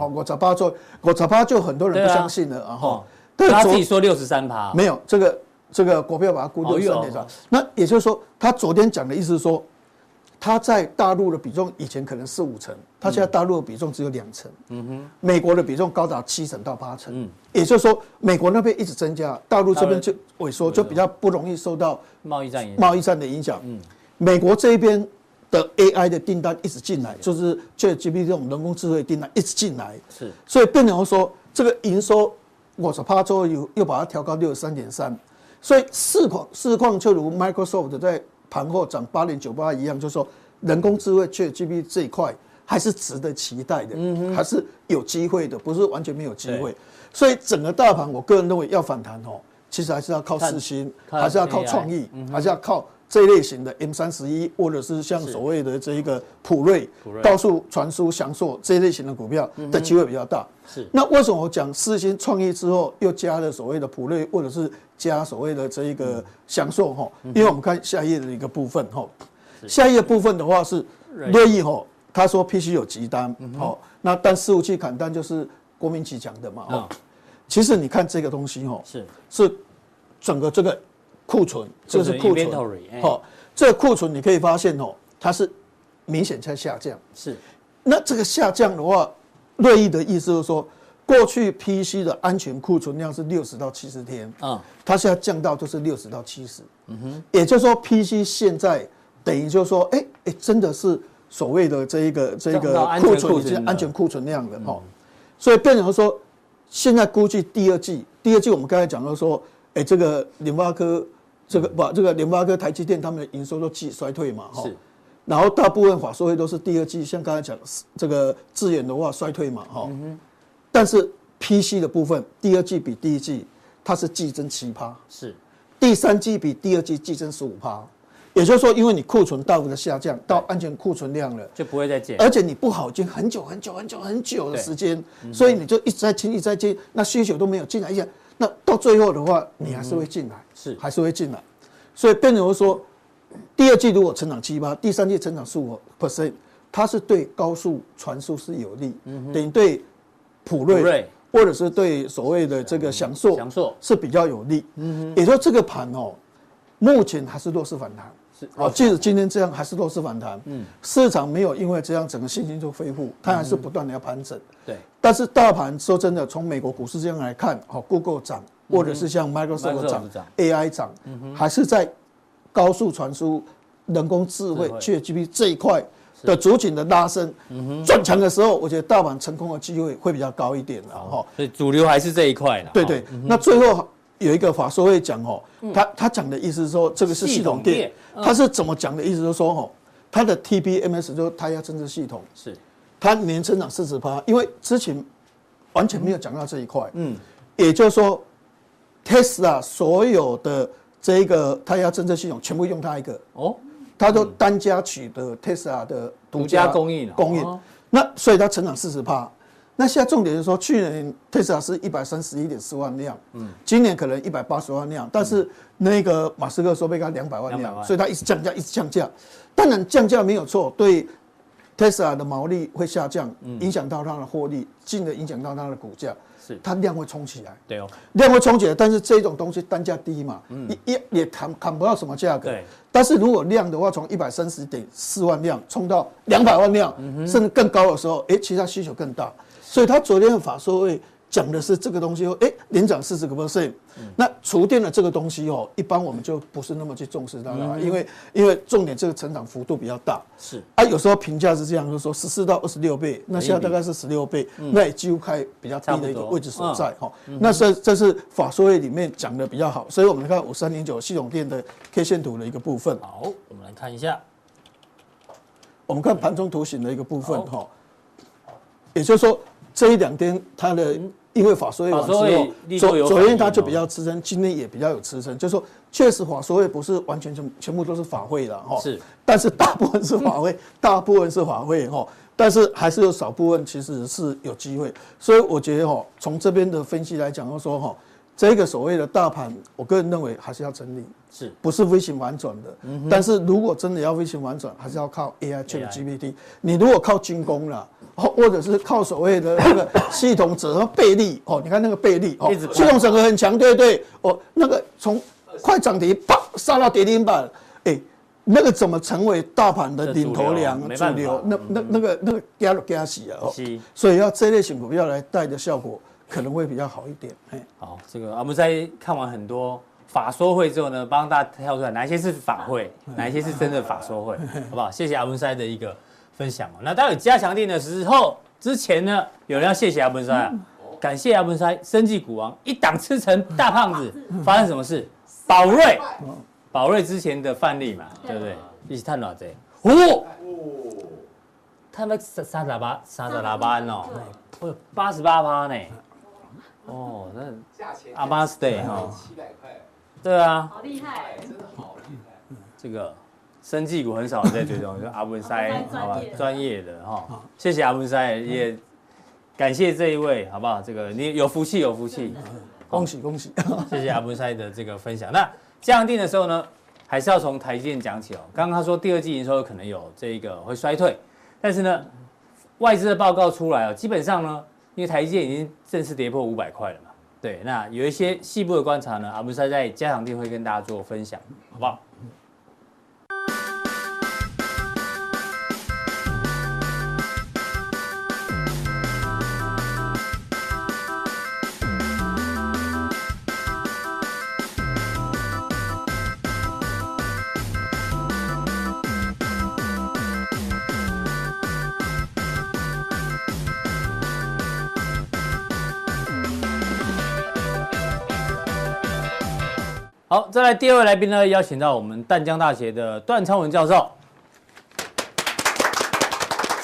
，50%就很多人不相信了他自己说63%， 没有这个国票把它估63.3%。那也就是说，他昨天讲的意思是说，他在大陆的比重以前可能4、5成，他现在大陆的比重只有2成，美国的比重高达7成到8成，也就是说，美国那边一直增加，大陆这边就萎缩，就比较不容易受到贸易战的影响。美国这边的 AI 的订单一直进来，就是 ChatGPT 这种人工智慧订单一直进来，所以变成说这个营收50%之后又把它调高63.3%，所以市况就如 Microsoft 在盘后涨8.98%一样，就是说人工智慧 ChatGPT 这一块还是值得期待的，还是有机会的，不是完全没有机会。所以整个大盘，我个人认为要反弹其实还是要靠世芯，还是要靠创意，还是要靠。这一类型的 M31，或者是像所谓的这一个普瑞、高速传输、翔硕这一类型的股票的机会比较大。那为什么我讲世芯创意之后又加了所谓的普瑞，或者是加所谓的这一个翔硕因为我们看下一页的一个部分下一页部分的话是瑞昱他说 PC 有急单那但伺服器砍单就是郭明奇讲的嘛其实你看这个东西是整个这个。库存，这是库存，这个库存你可以发现它是明显在下降。那这个下降的话，瑞昱的意思就是说，过去 PC 的安全库存量是60到70天，它现在降到就是60到70，也就是说 PC 现在等于就是说，真的是所谓的这一个库存已经安全库存量的所以变成说，现在估计第二季我们刚才讲到说，这个联发科。这个联发科、台积电他们的营收都季衰退嘛， 然后大部分法说会都是第二季，像刚才讲这个智研的话衰退嘛，但是 PC 的部分第二季比第一季它是季增7%， 是第三季比第二季季增15%，也就是说，因为你库存大幅的下降到安全库存量了， 就不会再减， 而且你不好已经很久的时间，所以你就一直在清一直在清，那需求都没有进来一下，那到最后的话，你还是会进来， 是还是会进来，所以变成说，第二季如果成长7%，第三季成长15%，它是对高速传输是有利，等于对普瑞或者是对所谓的这个享受是比较有利，也就是这个盘目前还是弱势反弹。即使今天这样还是弱势反弹，市场没有因为这样整个信心就恢复，它还是不断的要盘整。 对， 但是大盘说真的，从美国股市这样来看，Google 涨，或者是像 Microsoft 涨 ，AI 涨，还是在高速传输、人工智慧、ChatGPT 这一块的族群的拉升，转强的时候，我觉得大盘成功的机会会比较高一点了。 所以主流还是这一块了。 对，那最后有一个法说会讲他讲的意思是说，这个是系统电，他是怎么讲的意思？就是说他的 TBMS 就是胎压侦测系统， 是它年成长40%，因为之前完全没有讲到这一块，也就是说 Tesla 所有的这个胎压侦测系统全部用它一个它都单家取得 Tesla 的独家供应， 那所以它成长40%。那现在重点是说，去年 Tesla 是131.4万辆，今年可能180万辆，但是那个马斯克说被他200万辆，所以他一直降价，一直降价。当然降价没有错，对 Tesla 的毛利会下降，影响到它的获利，进而影响到它的股价，它量会冲起来。 对哦， 量会冲起来，但是这种东西单价低嘛，也砍不到什么价格。但是如果量的话，从130.4万辆冲到200万辆，甚至更高的时候，其他需求更大。所以他昨天的法说会讲的是这个东西连涨40%。那厨电的这个东西一般我们就不是那么去重视它了，因为重点这个成长幅度比较大。 是有时候评价是这样，就是说14到26倍，那现在大概是16倍，那也几乎开比较低的一个位置所在那这是法说会里面讲的比较好，所以我们看5309系统电的 K 线图的一个部分。 好，我们来看一下， 我们看盘中图形的一个部分也就是说。这一两天，它的因为法说会完之后，昨天它就比较支撑，今天也比较有支撑。就是说，确实法说会不是完全全部都是法会了是， 但是大部分是法会，但是还是有少部分其实是有机会。所以我觉得从这边的分析来讲，说这个所谓的大盘，我个人认为还是要整理，不是 V 型反转的。但是如果真的要 V 型反转，还是要靠 AI ChatGPT。你如果靠军工啦，或者是靠所谓的那个系统整合倍率你看那个倍率系统整合很强，对那个从快涨停啪杀到跌停板，那个怎么成为大盘的领头羊主流？那个加死所以要这类型股票来带的效果。可能会比较好一点。 好，这个阿姆塞看完很多法说会之后呢，帮大家挑出来哪一些是法会，哪一些是真的法说会，好不好？谢谢阿姆塞的一个分享。那待会加强定的时候之前呢，有人要谢谢阿姆塞感谢阿姆塞生技股王一档吃成大胖子，发生什么事？宝瑞之前的范例嘛，对不对？一起探讨这探到38哦，88%呢。那阿妈 stay 700块， 对啊， 好厉害，真的好厉害。 这个生技股很少人在追踪，就阿文塞，好吧，专业的谢谢阿文塞，也感谢这一位，好不好？这个你有福气， 恭喜恭喜！ 谢谢阿文塞的这个分享。那这样定的时候呢，还是要从台积电讲起刚刚他说第二季营收可能有这个会衰退，但是呢，外资的报告出来基本上呢。因为台积电已经正式跌破500块了嘛，对，那有一些细部的观察呢，阿姆塞在加强定会跟大家做分享，好不好？好，再来第二位来宾呢，邀请到我们淡江大学的段昌文教授。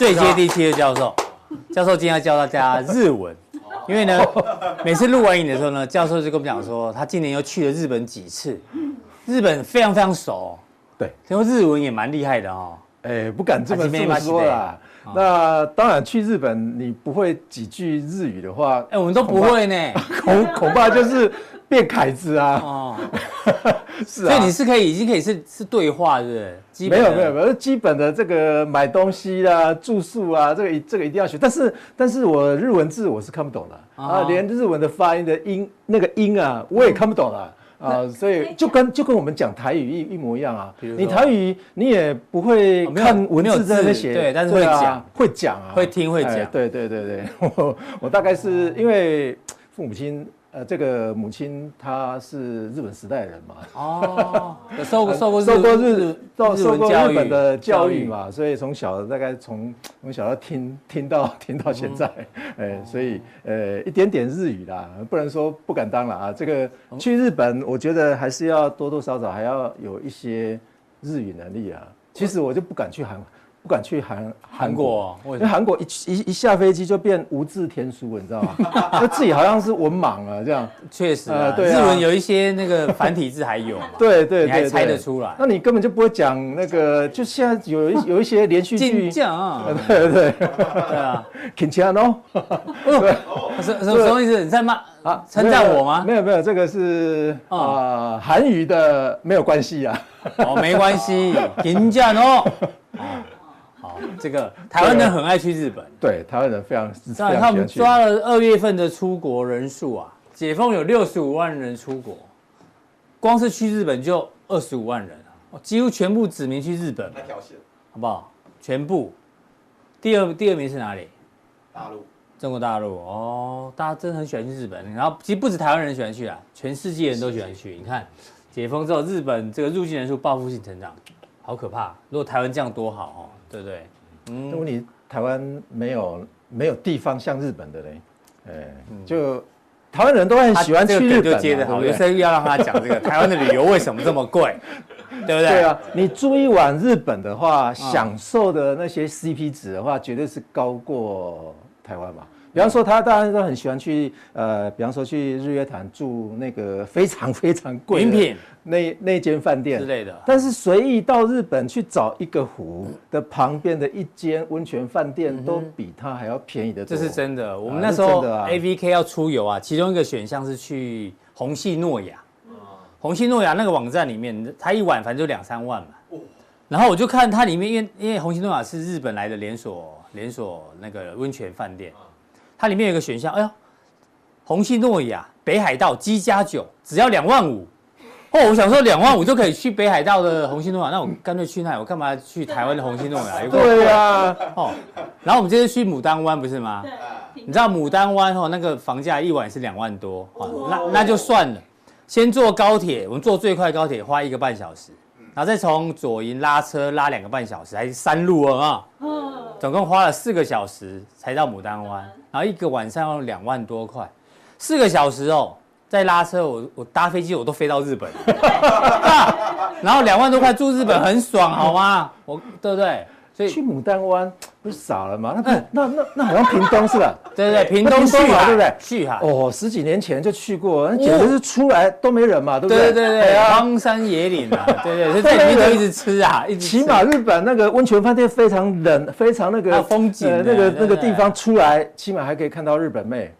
最接地气的教授。教授今天要教大家日文，因为呢，每次录完影的时候呢，教授就跟我们讲说，他今年又去了日本几次，日本非常非常熟。 对， 听说日文也蛮厉害的哦。 不敢这么说啦。那当然，去日本你不会几句日语的话， 我们都不会呢， 恐怕就是变凯子啊。哦，是啊。 所以你是已经可以是对话，是不是？ 没有，基本的这个买东西啦、住宿啊，这个一定要学。但是我日文字我是看不懂的啊，连日文的发音的那个音啊，我也看不懂了。所以就跟我们讲台语一模一样啊。你台语你也不会看文字在那写， 对，但是会讲啊，会听会讲。 对，我大概是因为父母亲。这个母亲她是日本时代人嘛， 哦，受过日本的教育嘛，所以从小大概从小要听到现在，所以一点点日语啦，不能说不敢当了啊。这个去日本，我觉得还是要多多少少还要有一些日语能力啊。其实我就不敢去韩国，因为韩国一下飞机就变无字天书，你知道吗？就自己好像是文盲啊，这样。 确实啊，对啊，日文有一些那个繁体字还有嘛， 对， 你还猜得出来。 那你根本就不会讲那个，就现在有一些连续剧， 讲啊， 对啊 k i n c h a n o 什么意思？你在骂啊？称赞我吗？ 没有，这个是韩语的没有关系啊。 没关系 k i n c h a n o 好，这个台湾人很爱去日本， 对，台湾人非常喜欢去。 他们抓了2月份的出国人数啊，解封有65万人出国，光是去日本就25万人啊，几乎全部指名去日本， 那条线， 好不好？全部。第二名是哪里？ 大陆， 中国大陆哦，大家真的很喜欢去日本，然后其实不止台湾人喜欢去啊，全世界人都喜欢去。你看，解封之后，日本这个入境人数报复性成长，好可怕。如果台湾这样多好哦。对不对？ 如果你台湾没有地方像日本的嘞，就台湾人都很喜欢去日本， 就接得好，就是要让他讲这个台湾的旅游为什么这么贵，对不对？ 对啊，你住一晚日本的话，享受的那些 CP 值的话，绝对是高过台湾嘛。比方说，大家都很喜欢去，比方说去日月潭住那个非常非常贵的那间饭店之类的， 但是随意到日本去找一个湖的旁边的一间温泉饭店，都比它还要便宜的多。 这是真的。我们那时候 AVK 要出游啊，其中一个选项是去虹夕诺亚。虹夕诺亚那个网站里面，它一晚反正就2-3万嘛。然后我就看它里面，因为虹夕诺亚是日本来的连锁那个温泉饭店。它里面有一个选项，哎呦，虹夕诺亚北海道7+9只要2万5，我想说2万5就可以去北海道的虹夕诺亚，那我干脆去那里，我干嘛去台湾的虹夕诺亚？ 对呀， 然后我们这次去牡丹湾不是吗？你知道牡丹湾那个房价一晚是2万多，那就算了，先坐高铁，我们坐最快高铁花1个半小时，然后再从左营拉车拉2个半小时，还是山路啊，总共花了4个小时才到牡丹湾。然后1个晚上要2万多块，4个小时再拉车，我搭飞机我都飞到日本，然后2万多块住日本很爽，好吗？对不对？所以去牡丹湾不是傻了吗？那好像屏东是吧？ 对，屏东去海，对不对？去海 10几年前就去过，那简直是出来都没人嘛，对不对？ 对，荒山野岭啊，对，所以在里面就一直吃啊，一直吃。 起码日本那个温泉饭店非常冷，非常那个风景， 那个地方出来，起码还可以看到日本妹。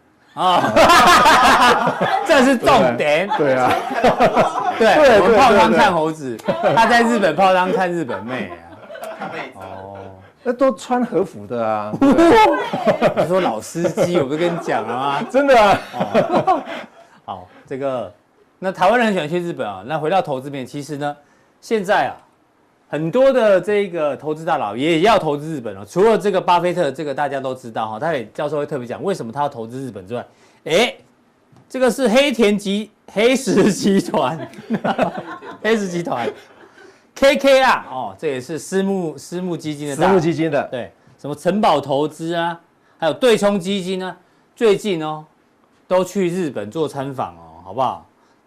这是重点。 对啊， 对，我们泡汤看猴子，他在日本泡汤看日本妹啊。 那都穿和服的啊！ 你说老司机，我不是跟你讲了吗？ 真的啊！ 好，这个那台湾人很喜欢去日本啊。那回到投资面，其实呢，现在很多的这个投资大佬也要投资日本哦。除了这个巴菲特，这个大家都知道他也教授会特别讲为什么他要投资日本之外，这个是黑石集团KK 啊，这也是私募基金的私募基金的， 对，什么城堡投资啊，还有对冲基金啊，最近都去日本做参访好不好？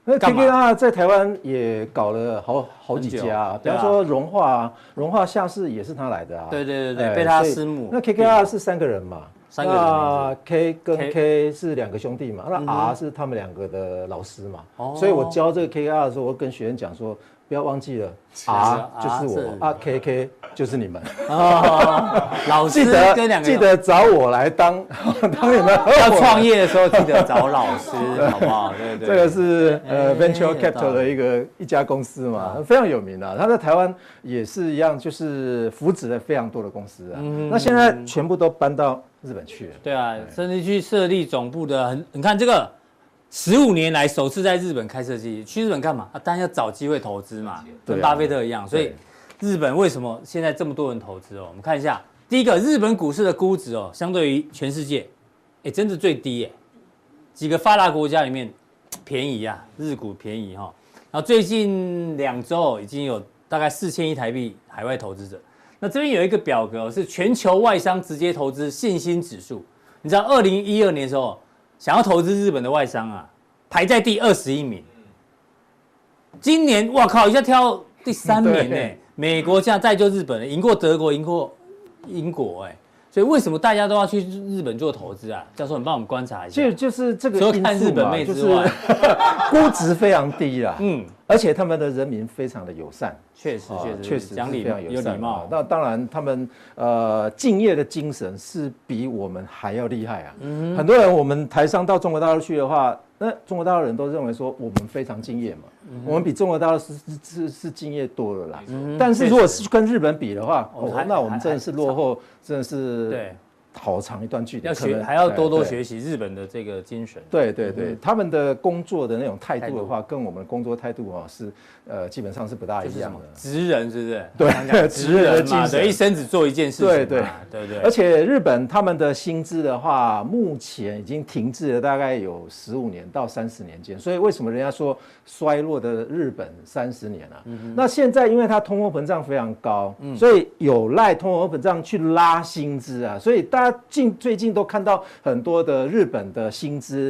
那 KKR 在台湾也搞了好几家啊，比方说融化下市也是他来的啊。 对，被他私募。 那 KKR 是3个人嘛， 那 K 跟 K 是2个兄弟嘛，那 R 是他们2个的老师嘛。所以我教这个 KKR 的时候，我跟学员讲说，不要忘记了 ，R 就是我，KK 就是你们。 老师跟2个记得找我来当你们要创业的时候记得找老师，好不好？对， 这个是Venture Capital 的一家公司嘛，非常有名的。他在台湾也是一样，就是扶植了非常多的公司啊。那现在全部都搬到日本去了。 对啊，甚至去设立总部的你看这个。15年来首次在日本开设基地，去日本干嘛？当然要找机会投资嘛，跟巴菲特一样。所以日本为什么现在这么多人投资哦？我们看一下，第一个，日本股市的估值哦，相对于全世界，真的最低耶。几个发达国家里面便宜啊，日股便宜哈。然后最近2周已经有大概4000亿台币海外投资者。那这边有一个表格是全球外商直接投资信心指数，你知道2012年的时候。想要投资日本的外商啊，排在第21名。今年哇靠，一下跳第3名呢。美国现在再就日本了，赢过德国，赢过英国所以为什么大家都要去日本做投资啊？教授，你帮我们观察一下。 就是这个除了看日本妹之外， 估值非常低啦。而且他们的人民非常的友善。确实讲理非常有礼貌。那当然，他们敬业的精神是比我们还要厉害啊。很多人我们台商到中国大陆去的话，那中国大陆人都认为说我们非常敬业嘛，我们比中国大陆是敬业多了啦。但是如果是跟日本比的话，那我们真的是落后，真的是对。好长一段距离， 还要多学习日本的这个精神。 对，他们的工作的那种态度的话，跟我们工作态度是基本上是不大一样的。 职人是不是？ 对，职人的精神， 一生只做一件事情。对。 而且日本他们的薪资的话，目前已经停滞了大概有15年到30年间。所以为什么人家说衰落的日本30年啊？那现在因为它通货膨胀非常高，所以有赖通货膨胀去拉薪资啊，所以大家最近都看到很多的日本的薪资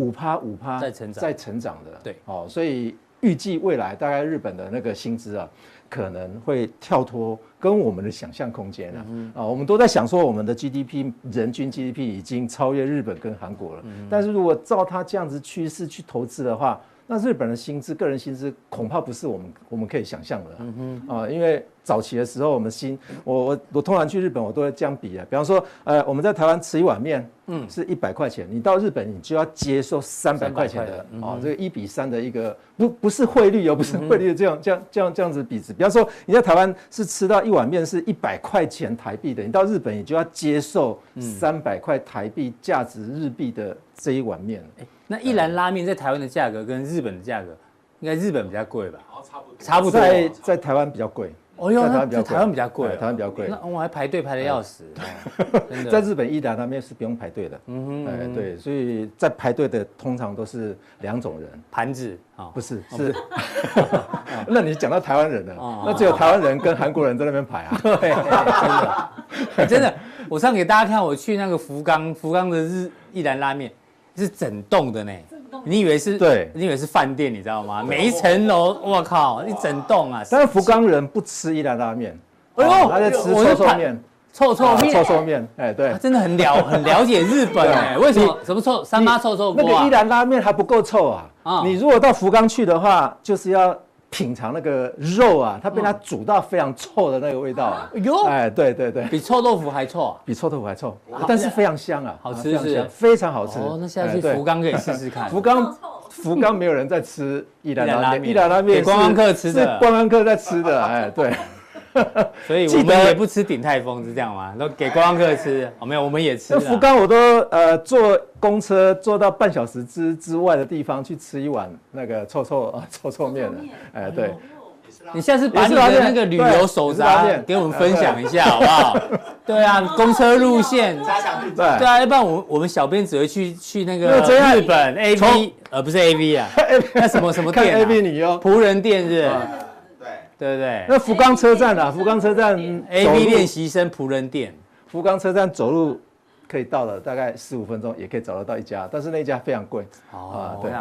5%在成长的。 对， 所以预计未来大概日本的那个薪资啊，可能会跳脱跟我们的想象空间我们都在想说我们的 GDP 人均 GDP 已经超越日本跟韩国了，但是如果照它这样子趋势去投资的话，那日本的薪资，个人薪资恐怕不是我们可以想象的因为早期的时候，我通常去日本，我都会这样比比方说，我们在台湾吃一碗面，是100块钱，你到日本你就要接受300块钱的这个1比3的一个不是汇率不是汇率的这样子比值。比方说你在台湾是吃到一碗面是100块钱台币的，你到日本你就要接受300块台币价值日币的这一碗面。 那一兰拉面在台湾的价格跟日本的价格，应该日本比较贵吧？ 差不多。 在台湾比较贵。 在台湾比较贵， 台湾比较贵。 那我还排队排得要死。 在日本一兰拉面是不用排队的。对，所以在排队的通常都是2种人。 盘子不是。那你讲到台湾人了，那只有台湾人跟韩国人在那边排啊。 对，真的。我上给大家看，我去那个福冈的一兰拉面。是整栋的呢，你以为是？对，你以为是饭店，你知道吗？每一层楼，我靠，一整栋啊！ 但是福冈人不吃一兰拉面，他在吃臭臭面。臭臭面，对， 他真的很了解日本为什么？什么臭？三妈臭锅那个一兰拉面还不够臭啊！你如果到福冈去的话，就是要品尝那个肉啊，它被它煮到非常臭的那个味道啊！对， 比臭豆腐还臭啊！ 比臭豆腐还臭，但是非常香啊， 好吃是非常好吃。 那下次去福冈可以试试看。 福冈没有人在吃一兰拉面，一兰拉面给观光客吃的， 是观光客在吃的，对。 所以我们也不吃鼎泰丰是这样吗？都给观光客吃？没有，我们也吃。 福冈我都坐公车坐到半小时之外的地方去吃一碗那个臭臭面的，对。 你下次把你的那个旅游手札给我们分享一下好不好？对啊，公车路线，对啊，要不然我们小编只会去那个日本 AV， 不是 AV 啊，那什么店啊？ AV 女优仆人店是？对不对？ 那福冈车站啊，福冈车站 AV 练习生仆人店， 福冈车站走路可以到了，大概15分钟也可以找得到一家，但是那家非常贵对啊。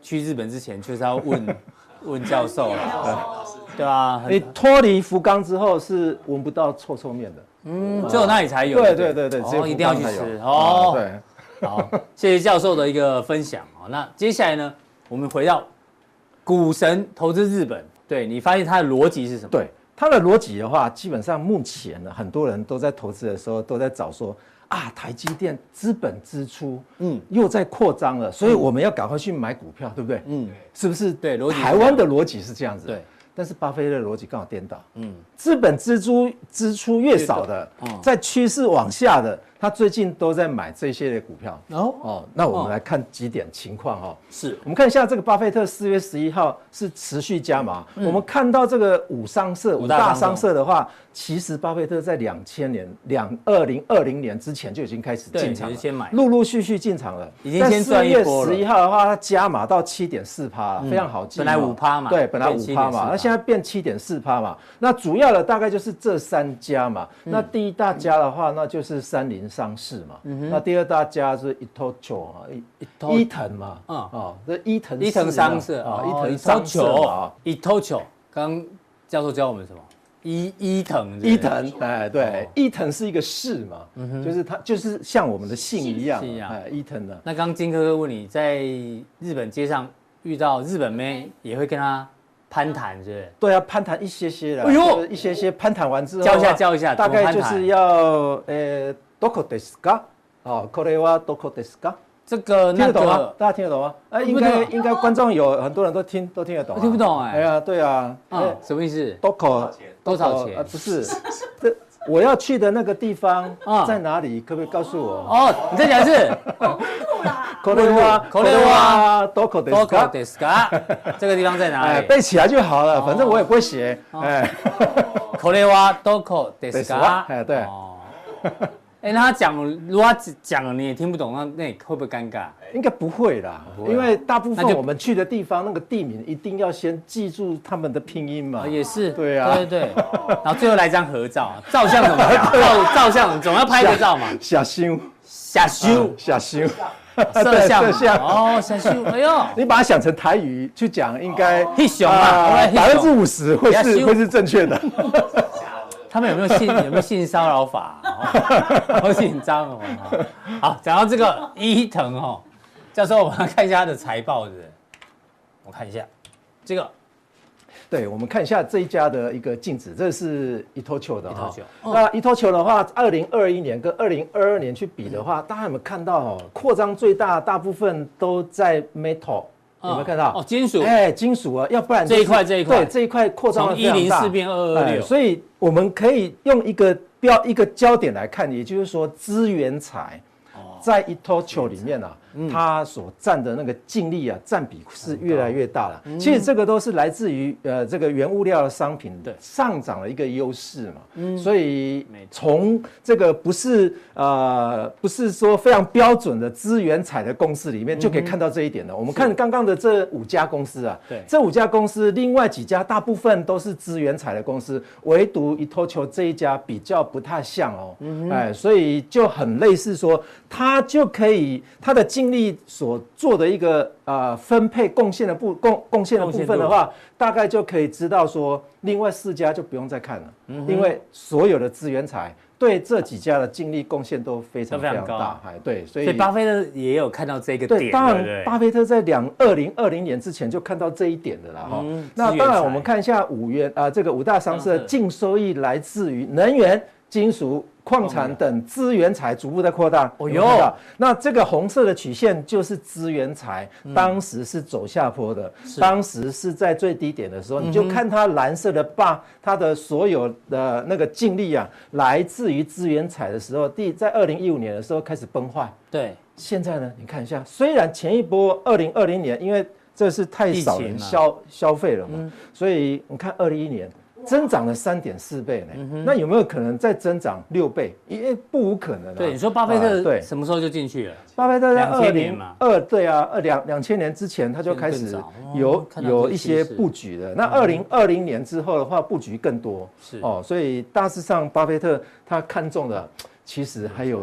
去日本之前就是要问教授了，对啊， 你脱离福冈之后是闻不到臭面的， 只有那里才有。 对，只有一定要去吃哦。对， 好，谢谢教授的一个分享。那接下来呢，我们回到股神投资日本，对你发现它的逻辑是什么？ 对，它的逻辑的话，基本上目前呢，很多人都在投资的时候都在找说啊，台积电资本支出，又在扩张了，所以我们要赶快去买股票，对不对？是不是？ 对，逻辑。 台湾的逻辑是这样子。 对。 但是巴菲特的逻辑刚好颠倒，资本支出越少的，在趋势往下的，他最近都在买这些的股票。那我们来看几点情况哈。 是我们看一下这个巴菲特4月11号是持续加码。我们看到这个五大商社的话，其实巴菲特在2020年之前就已经开始进场了， 先买， 陆续进场了。 已经先赚一波了。 4月11号的话，他加码到7.4%了，非常好记。 本来5%嘛， 对，本来5%嘛，那现在变7.4%嘛。那主要的大概就是这3家嘛。那第一大家的话，那就是三菱商事嘛。那第二大家是伊藤嘛。这伊藤商社伊藤商社啊， 伊藤。刚刚教授教我们什么？伊藤， 哎，对，伊藤是一个氏嘛，就是它就是像我们的姓一样，哎，伊藤的。 那刚刚金哥哥问你，在日本街上遇到日本妹，也会跟他攀谈，是不是？ 对啊，攀谈一些啦，哎呦，一些攀谈完之后， 教一下， 大概就是要どこですか？これはどこですか？ 这个听得懂吗？大家听得懂吗？应该观众有很多人都听得懂。 听不懂哎。 哎呀，对啊。 什么意思？ 多少钱？不是，我要去的那个地方在哪里？可不可以告诉我？ 你再讲一次。 これはどこですか？这个地方在哪里？ 背起来就好了，反正我也不会写。哎， これはどこですか？ 哎，对。 那他讲，如果他讲了你也听不懂，那你会不会尴尬？ 应该不会啦，因为大部分我们去的地方，那个地名一定要先记住他们的拼音嘛。 也是， 对啊， 对。然后最后来张合照，照相怎么样？照相总要拍个照嘛。 下修， 摄像，摄像，哎呦， 你把它想成台语去讲，应该50%会是正确的。 他们有没有性骚扰法？好紧张哦。好，讲到这个伊藤教授，我们来看一下他的财报，是不是？我看一下这个。 对，我们看一下这一家的一个净值，这是伊藤球的哈。那伊藤球的话，2021年跟2022年去比的话，大家有没有看到扩张最大部分都在 metal。有没有看到？ 金属。 金属啊，要不然这一块， 对，这一块扩张的非常大， 从104变2226， 所以我们可以用一个焦点来看，也就是说资源财在伊藤球里面啊，它所占的那个净利啊，占比是越来越大了。其实这个都是来自于这个原物料的商品上涨的一个优势嘛。所以从这个不是说非常标准的资源采的公司里面就可以看到这一点了。我们看刚刚的这5家公司啊，这5家公司另外几家大部分都是资源采的公司，唯独伊藤球这一家比较不太像哦。所以就很类似说，它就可以它的净利所做的一个分配贡献的部分的话，大概就可以知道说，另外4家就不用再看了，因为所有的资源财对这几家的净利贡献都非常大。对，所以巴菲特也有看到这个点。 对，当然巴菲特在2020年之前就看到这一点的啦。那当然我们看一下这个5大商社净收益来自于能源、金属、矿产等资源财逐步在扩大。那这个红色的曲线就是资源财，当时是走下坡的，当时是在最低点的时候，你就看它蓝色的bar，它的所有的那个净利啊，来自于资源财的时候，在2015年的时候开始崩坏。 对， 现在呢，你看一下，虽然前一波2020年，因为这是太少人消费了嘛，所以你看2021年。增长了3.4倍呢，那有没有可能再增长6倍？因为不无可能。 对，你说巴菲特什么时候就进去了？ 巴菲特在 2000年嘛， 对啊，2000年之前他就开始有一些布局了。那2020年之后的话，布局更多。所以大致上巴菲特他看中的其实还有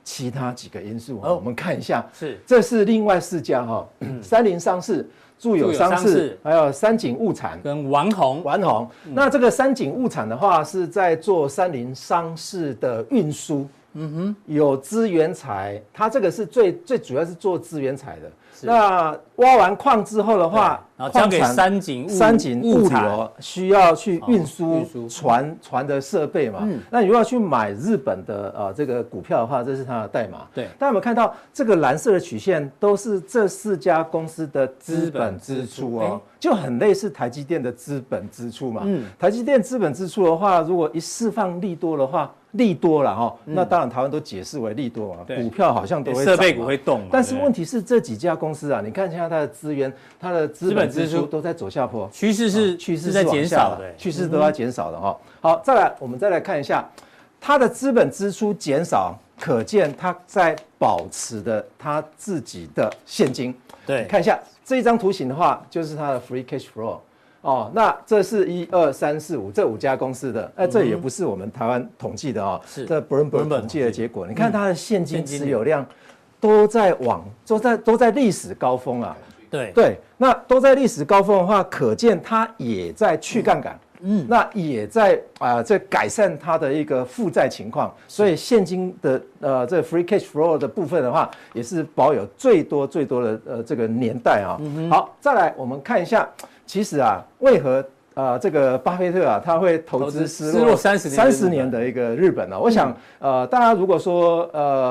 其他几个因素，我们看一下， 是， 这是另外4家哈，三菱商事、住友商事，还有三井物产跟丸红。 那这个三井物产的话，是在做三菱商事的运输。有资源材，它这个是最主要是做资源材的。那挖完矿之后的话， 然后交给三井物流需要去运输船的设备嘛。那你如果要去买日本的这个股票的话，这是它的代码。 对， 大家有没有看到这个蓝色的曲线都是这4家公司的资本支出哦，就很类似台积电的资本支出嘛。台积电资本支出的话，如果一释放利多的话，利多了哈，那当然台湾都解释为利多嘛，股票好像都会涨， 设备股会动嘛。 但是问题是这几家公司啊，你看一下它的资源，它的资本支出都在走下坡， 趋势是在减少的， 趋势都在减少的哈。好，我们再来看一下它的资本支出减少，可见它在保持的它自己的现金。 对， 看一下这一张图形的话，就是它的 free cash flow。那这是1、2、3、4、5这5家公司的，这也不是我们台湾统计的哦，是这 Bloomberg 统计的结果。你看它的现金持有量都在历史高峰啊。对，那都在历史高峰的话，可见它也在去杠杆。那也在这改善它的一个负债情况，所以现金的这 free cash flow 的部分的话，也是保有最多的这个年代啊。好，再来我们看一下，其实为何这个巴菲特他会投资失落30年的一个日本呢？我想大家如果说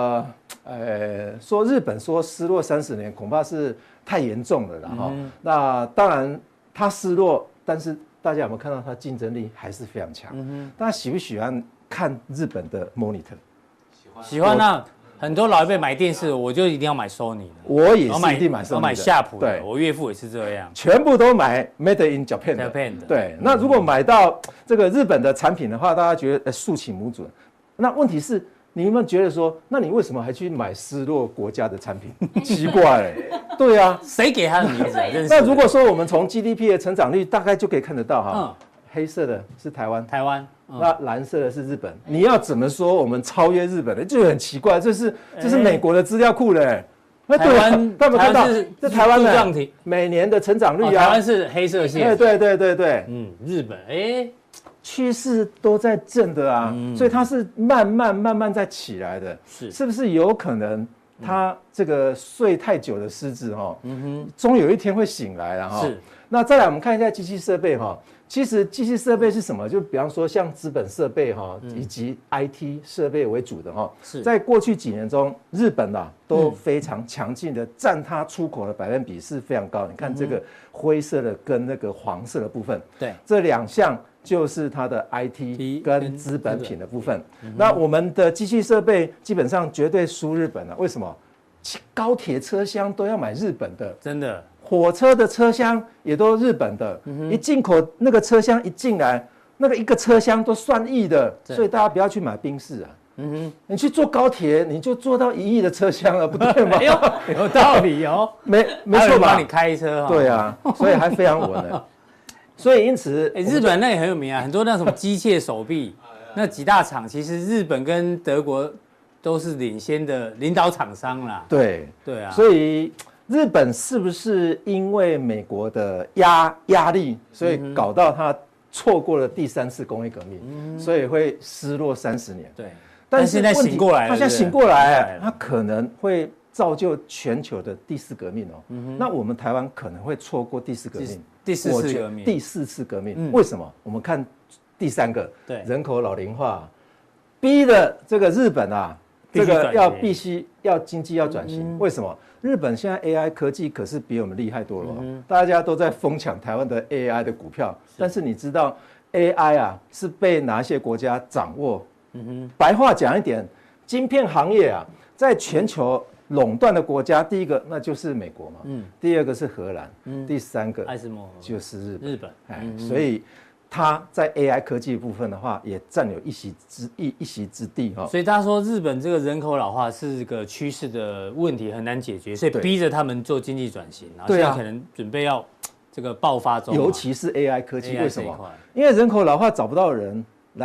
说日本说失落30年，恐怕是太严重了啦哈。那当然它失落，但是大家有没有看到它竞争力还是非常强？大家喜不喜欢看日本的 monitor？ 喜欢啊！很多老一辈买电视，我就一定要买 Sony 的。 我也是一定买 Sony 的。 我买夏普的， 对， 我岳父也是这样， 全部都买 Made in Japan 的。对，那如果买到这个日本的产品的话，大家觉得竖起拇指。那问题是，你有没有觉得说，那你为什么还去买失落国家的产品？奇怪对啊， 谁给他的名字啊？ 那如果说我们从 GDP 的成长率大概就可以看得到哈，黑色的是台湾，那蓝色的是日本。你要怎么说我们超越日本的，就很奇怪。这是美国的资料库嘞。 台湾， 大家有没有看到？这台湾的每年的成长率台湾是黑色线。 对。 日本趋势都在正的啊，所以它是慢慢在起来的。是不是有可能它这个睡太久的狮子终有一天会醒来了哈？是。那再来我们看一下机器设备哈。其实机器设备是什么？就比方说像资本设备哈，以及 IT 设备为主的哈。在过去几年中，日本都非常强劲的占它出口的百分比是非常高。你看这个灰色的跟那个黄色的部分，对，这2项就是它的 IT 跟资本品的部分。那我们的机器设备基本上绝对输日本了。为什么？高铁车厢都要买日本的，真的。火车的车厢也都日本的，一进口那个车厢一进来，那个一个车厢都算亿的，所以大家不要去买宾士啊。你去坐高铁，你就坐到1亿的车厢了，不对吗？ 有道理哦， 没错吧？ 帮你开车， 对啊，所以还非常稳的。所以因此， 日本那也很有名啊，很多那什么机械手臂，那几大厂，其实日本跟德国都是领导厂商啦。对啊， 所以。日本是不是因为美国的压力，所以搞到它错过了第3次工业革命，所以会失落30年？对，但是现在醒过来了， 它现在醒过来，它可能会造就全球的第4革命哦。那我们台湾可能会错过第4革命， 第4次革命， 第4次革命。为什么？我们看第3个，人口老龄化，逼的这个日本这个必须要经济要转型。为什么？日本现在 AI 科技可是比我们厉害多了，大家都在疯抢台湾的 AI 的股票，但是你知道 AI 是被哪些国家掌握？白话讲一点，晶片行业在全球垄断的国家，第一个那就是美国嘛，第2个是荷兰，第3个艾斯摩就是日本。 所以它在 AI 科技部分的话，也占有一席之地哈。 所以大家说日本这个人口老化是个趋势的问题，很难解决，所以逼着他们做经济转型，然后现在可能准备要这个爆发中。 尤其是 AI 科技，为什么？因为人口老化找不到人来去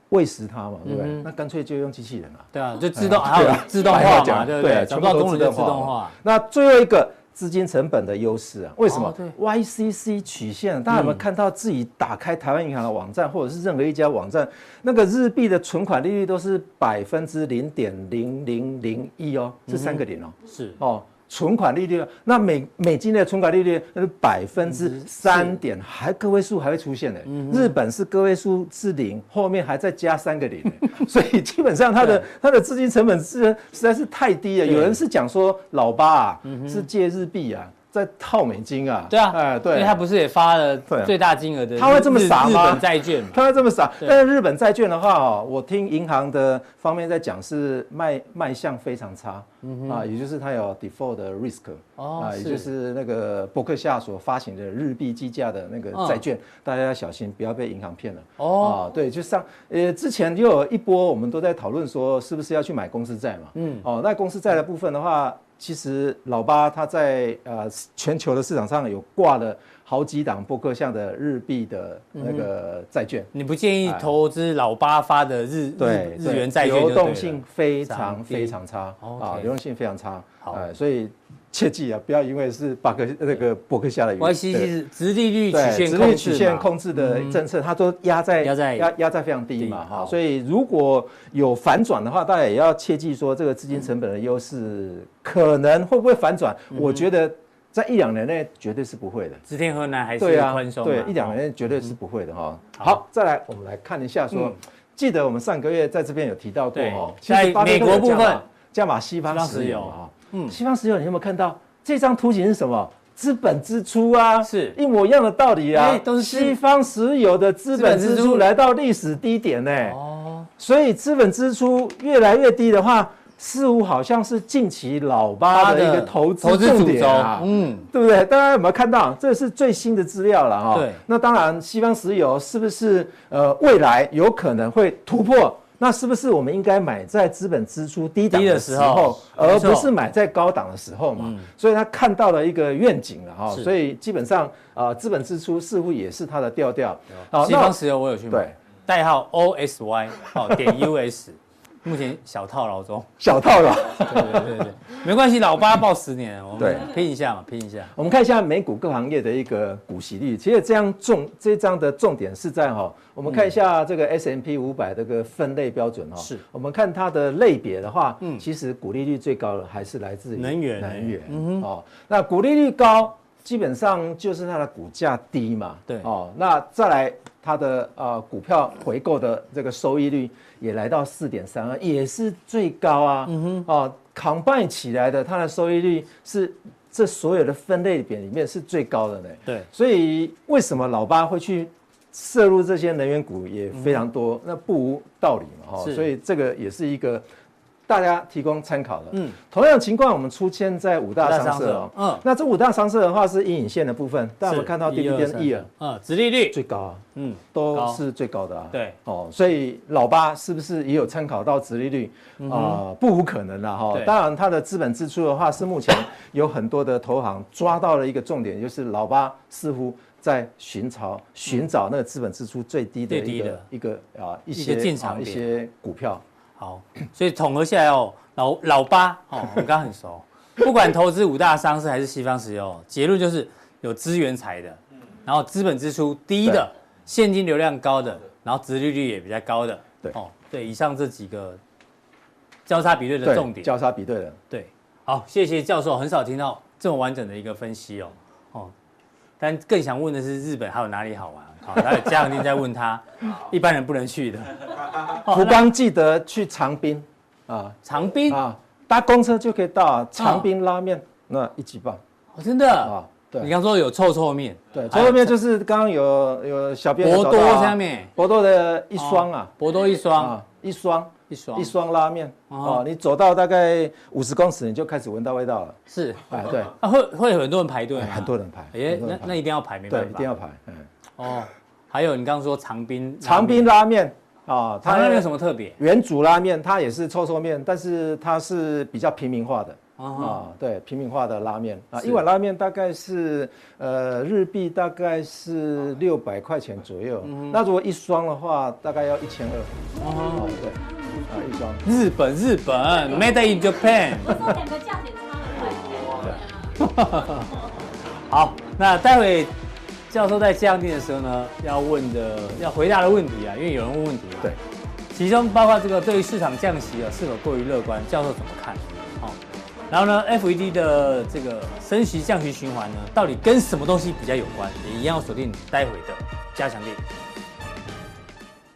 喂食它嘛，对不对？那干脆就用机器人了。 对啊，就自动还有自动化嘛，对不对？找不到功能就自动化。 那最后一个资金成本的优势啊，为什么？YCC 曲线，大家有没有看到自己打开台湾银行的网站，或者是任何一家网站，那个日币的存款利率都是0.0001%哦，是3个0哦。 是哦。存款利率，那美金的存款利率那是3%，还个位数还会出现的。日本是个位数是0，后面还再加3个0，所以基本上它的资金成本实在是太低了。有人是讲说老八啊是借日币啊。在套美金啊， 对啊，对，因为他不是也发了最大金额的， 他会这么傻吗？ 日本债券， 他会这么傻？但是日本债券的话哦，我听银行的方面在讲是卖相非常差啊，也就是它有 default 的 risk 啊，也就是那个伯克夏所发行的日币计价的那个债券，大家要小心，不要被银行骗了哦。对，就之前又有一波我们都在讨论说是不是要去买公司债嘛，那公司债的部分的话。其实老八他在全球的市场上有挂了好几档伯克夏的日币的那个债券。 你不建议投资老八发的日元债券？ 流动性非常差啊，流动性非常差。所以切记啊，不要因为是那个伯克夏的原因。 YCC 是殖利率曲线控制的政策，它都压在非常低嘛哈。所以如果有反转的话，大家也要切记说这个资金成本的优势可能会不会反转？我觉得在1-2年内绝对是不会的。 知天河南还是宽松， 对，1-2年内绝对是不会的哈。好，再来我们来看一下说，记得我们上个月在这边有提到过哈， 在美国部分加码西方石油啊。西方石油你有没有看到这张图形是什么？资本支出啊， 是一模一样的道理啊，都是西方石油的资本支出来到历史低点呢。所以资本支出越来越低的话，似乎好像是近期老八的一个投资重点啊，对不对？大家有没有看到？这是最新的资料了哈。对，那当然，西方石油是不是未来有可能会突破？那是不是我们应该买在资本支出低档的时候，而不是买在高档的时候嘛？所以他看到了一个愿景了哈，所以基本上资本支出似乎也是他的调调。 西方石油我有去买，代号 OSY.US。目前小套牢中， 小套牢， 对，没关系，老八报10年，我们拼一下嘛，拼一下。 我们看一下美股各行业的一个股息率，其实这张的重点是在我们看一下这个 S&P 500这个分类标准是，我们看它的类别的话，其实股利率最高的还是来自于能源，那股利率高，基本上就是它的股价低嘛，对，那再来它的股票回购的这个收益率也来到4.32，也是最高啊。combine 起来的它的收益率是这所有的分类别里面是最高的呢。对，所以为什么老八会去摄入这些能源股也非常多，那不无道理嘛。所以这个也是一个大家提供参考的。同样的情况我们出现在5大商社那这5大商社的话是阴影线的部分，大家有没有看到 dividend yield 殖利率最高啊，都是最高的啊。对，所以老八是不是也有参考到殖利率不无可能啦哈。当然它的资本支出的话是目前有很多的投行抓到了一个重点，就是老八似乎在寻找那个资本支出最低的一些进场一些股票。 好，所以统合下来老八我们刚刚很熟，不管投资5大商社还是西方石油，结论就是有资源财的，然后资本支出低的，现金流量高的，然后殖利率也比较高的。对，以上这几个交叉比对的重点， 交叉比对的。对， 好，谢谢教授，很少听到这么完整的一个分析但更想问的是日本还有哪里好玩？还有嘉阳定在问他，一般人不能去的。 福冈记得去长滨长滨搭公车就可以到长滨拉面，那1级棒。 真的对，你刚说有臭面， 对，臭面就是刚刚有小编博多下面， 博多的一双博多一双一双拉面你走到大概50公尺，你就开始闻到味道了。是，对， 会有很多人排队， 很多人排， 那一定要排，没办法， 对，一定要排。 还有你刚刚说长滨拉面长滨拉面有什么特别？ 原主拉面它也是臭面，但是它是比较平民化的对，平民化的拉面啊，一碗拉面大概是日币大概是600块钱左右。那如果一双的话，大概要1200。对，一双。 日本 ，Made in Japan。 我说两个价钱差了快。 好，那待会教授在降定的时候呢，要回答的问题啊，因为有人问问题嘛。 对。 其中包括这个对于市场降息是否过于乐观，教授怎么看？然后呢 ，FED 的这个升息降息循环呢，到底跟什么东西比较有关？也一样要锁定待会的加强定。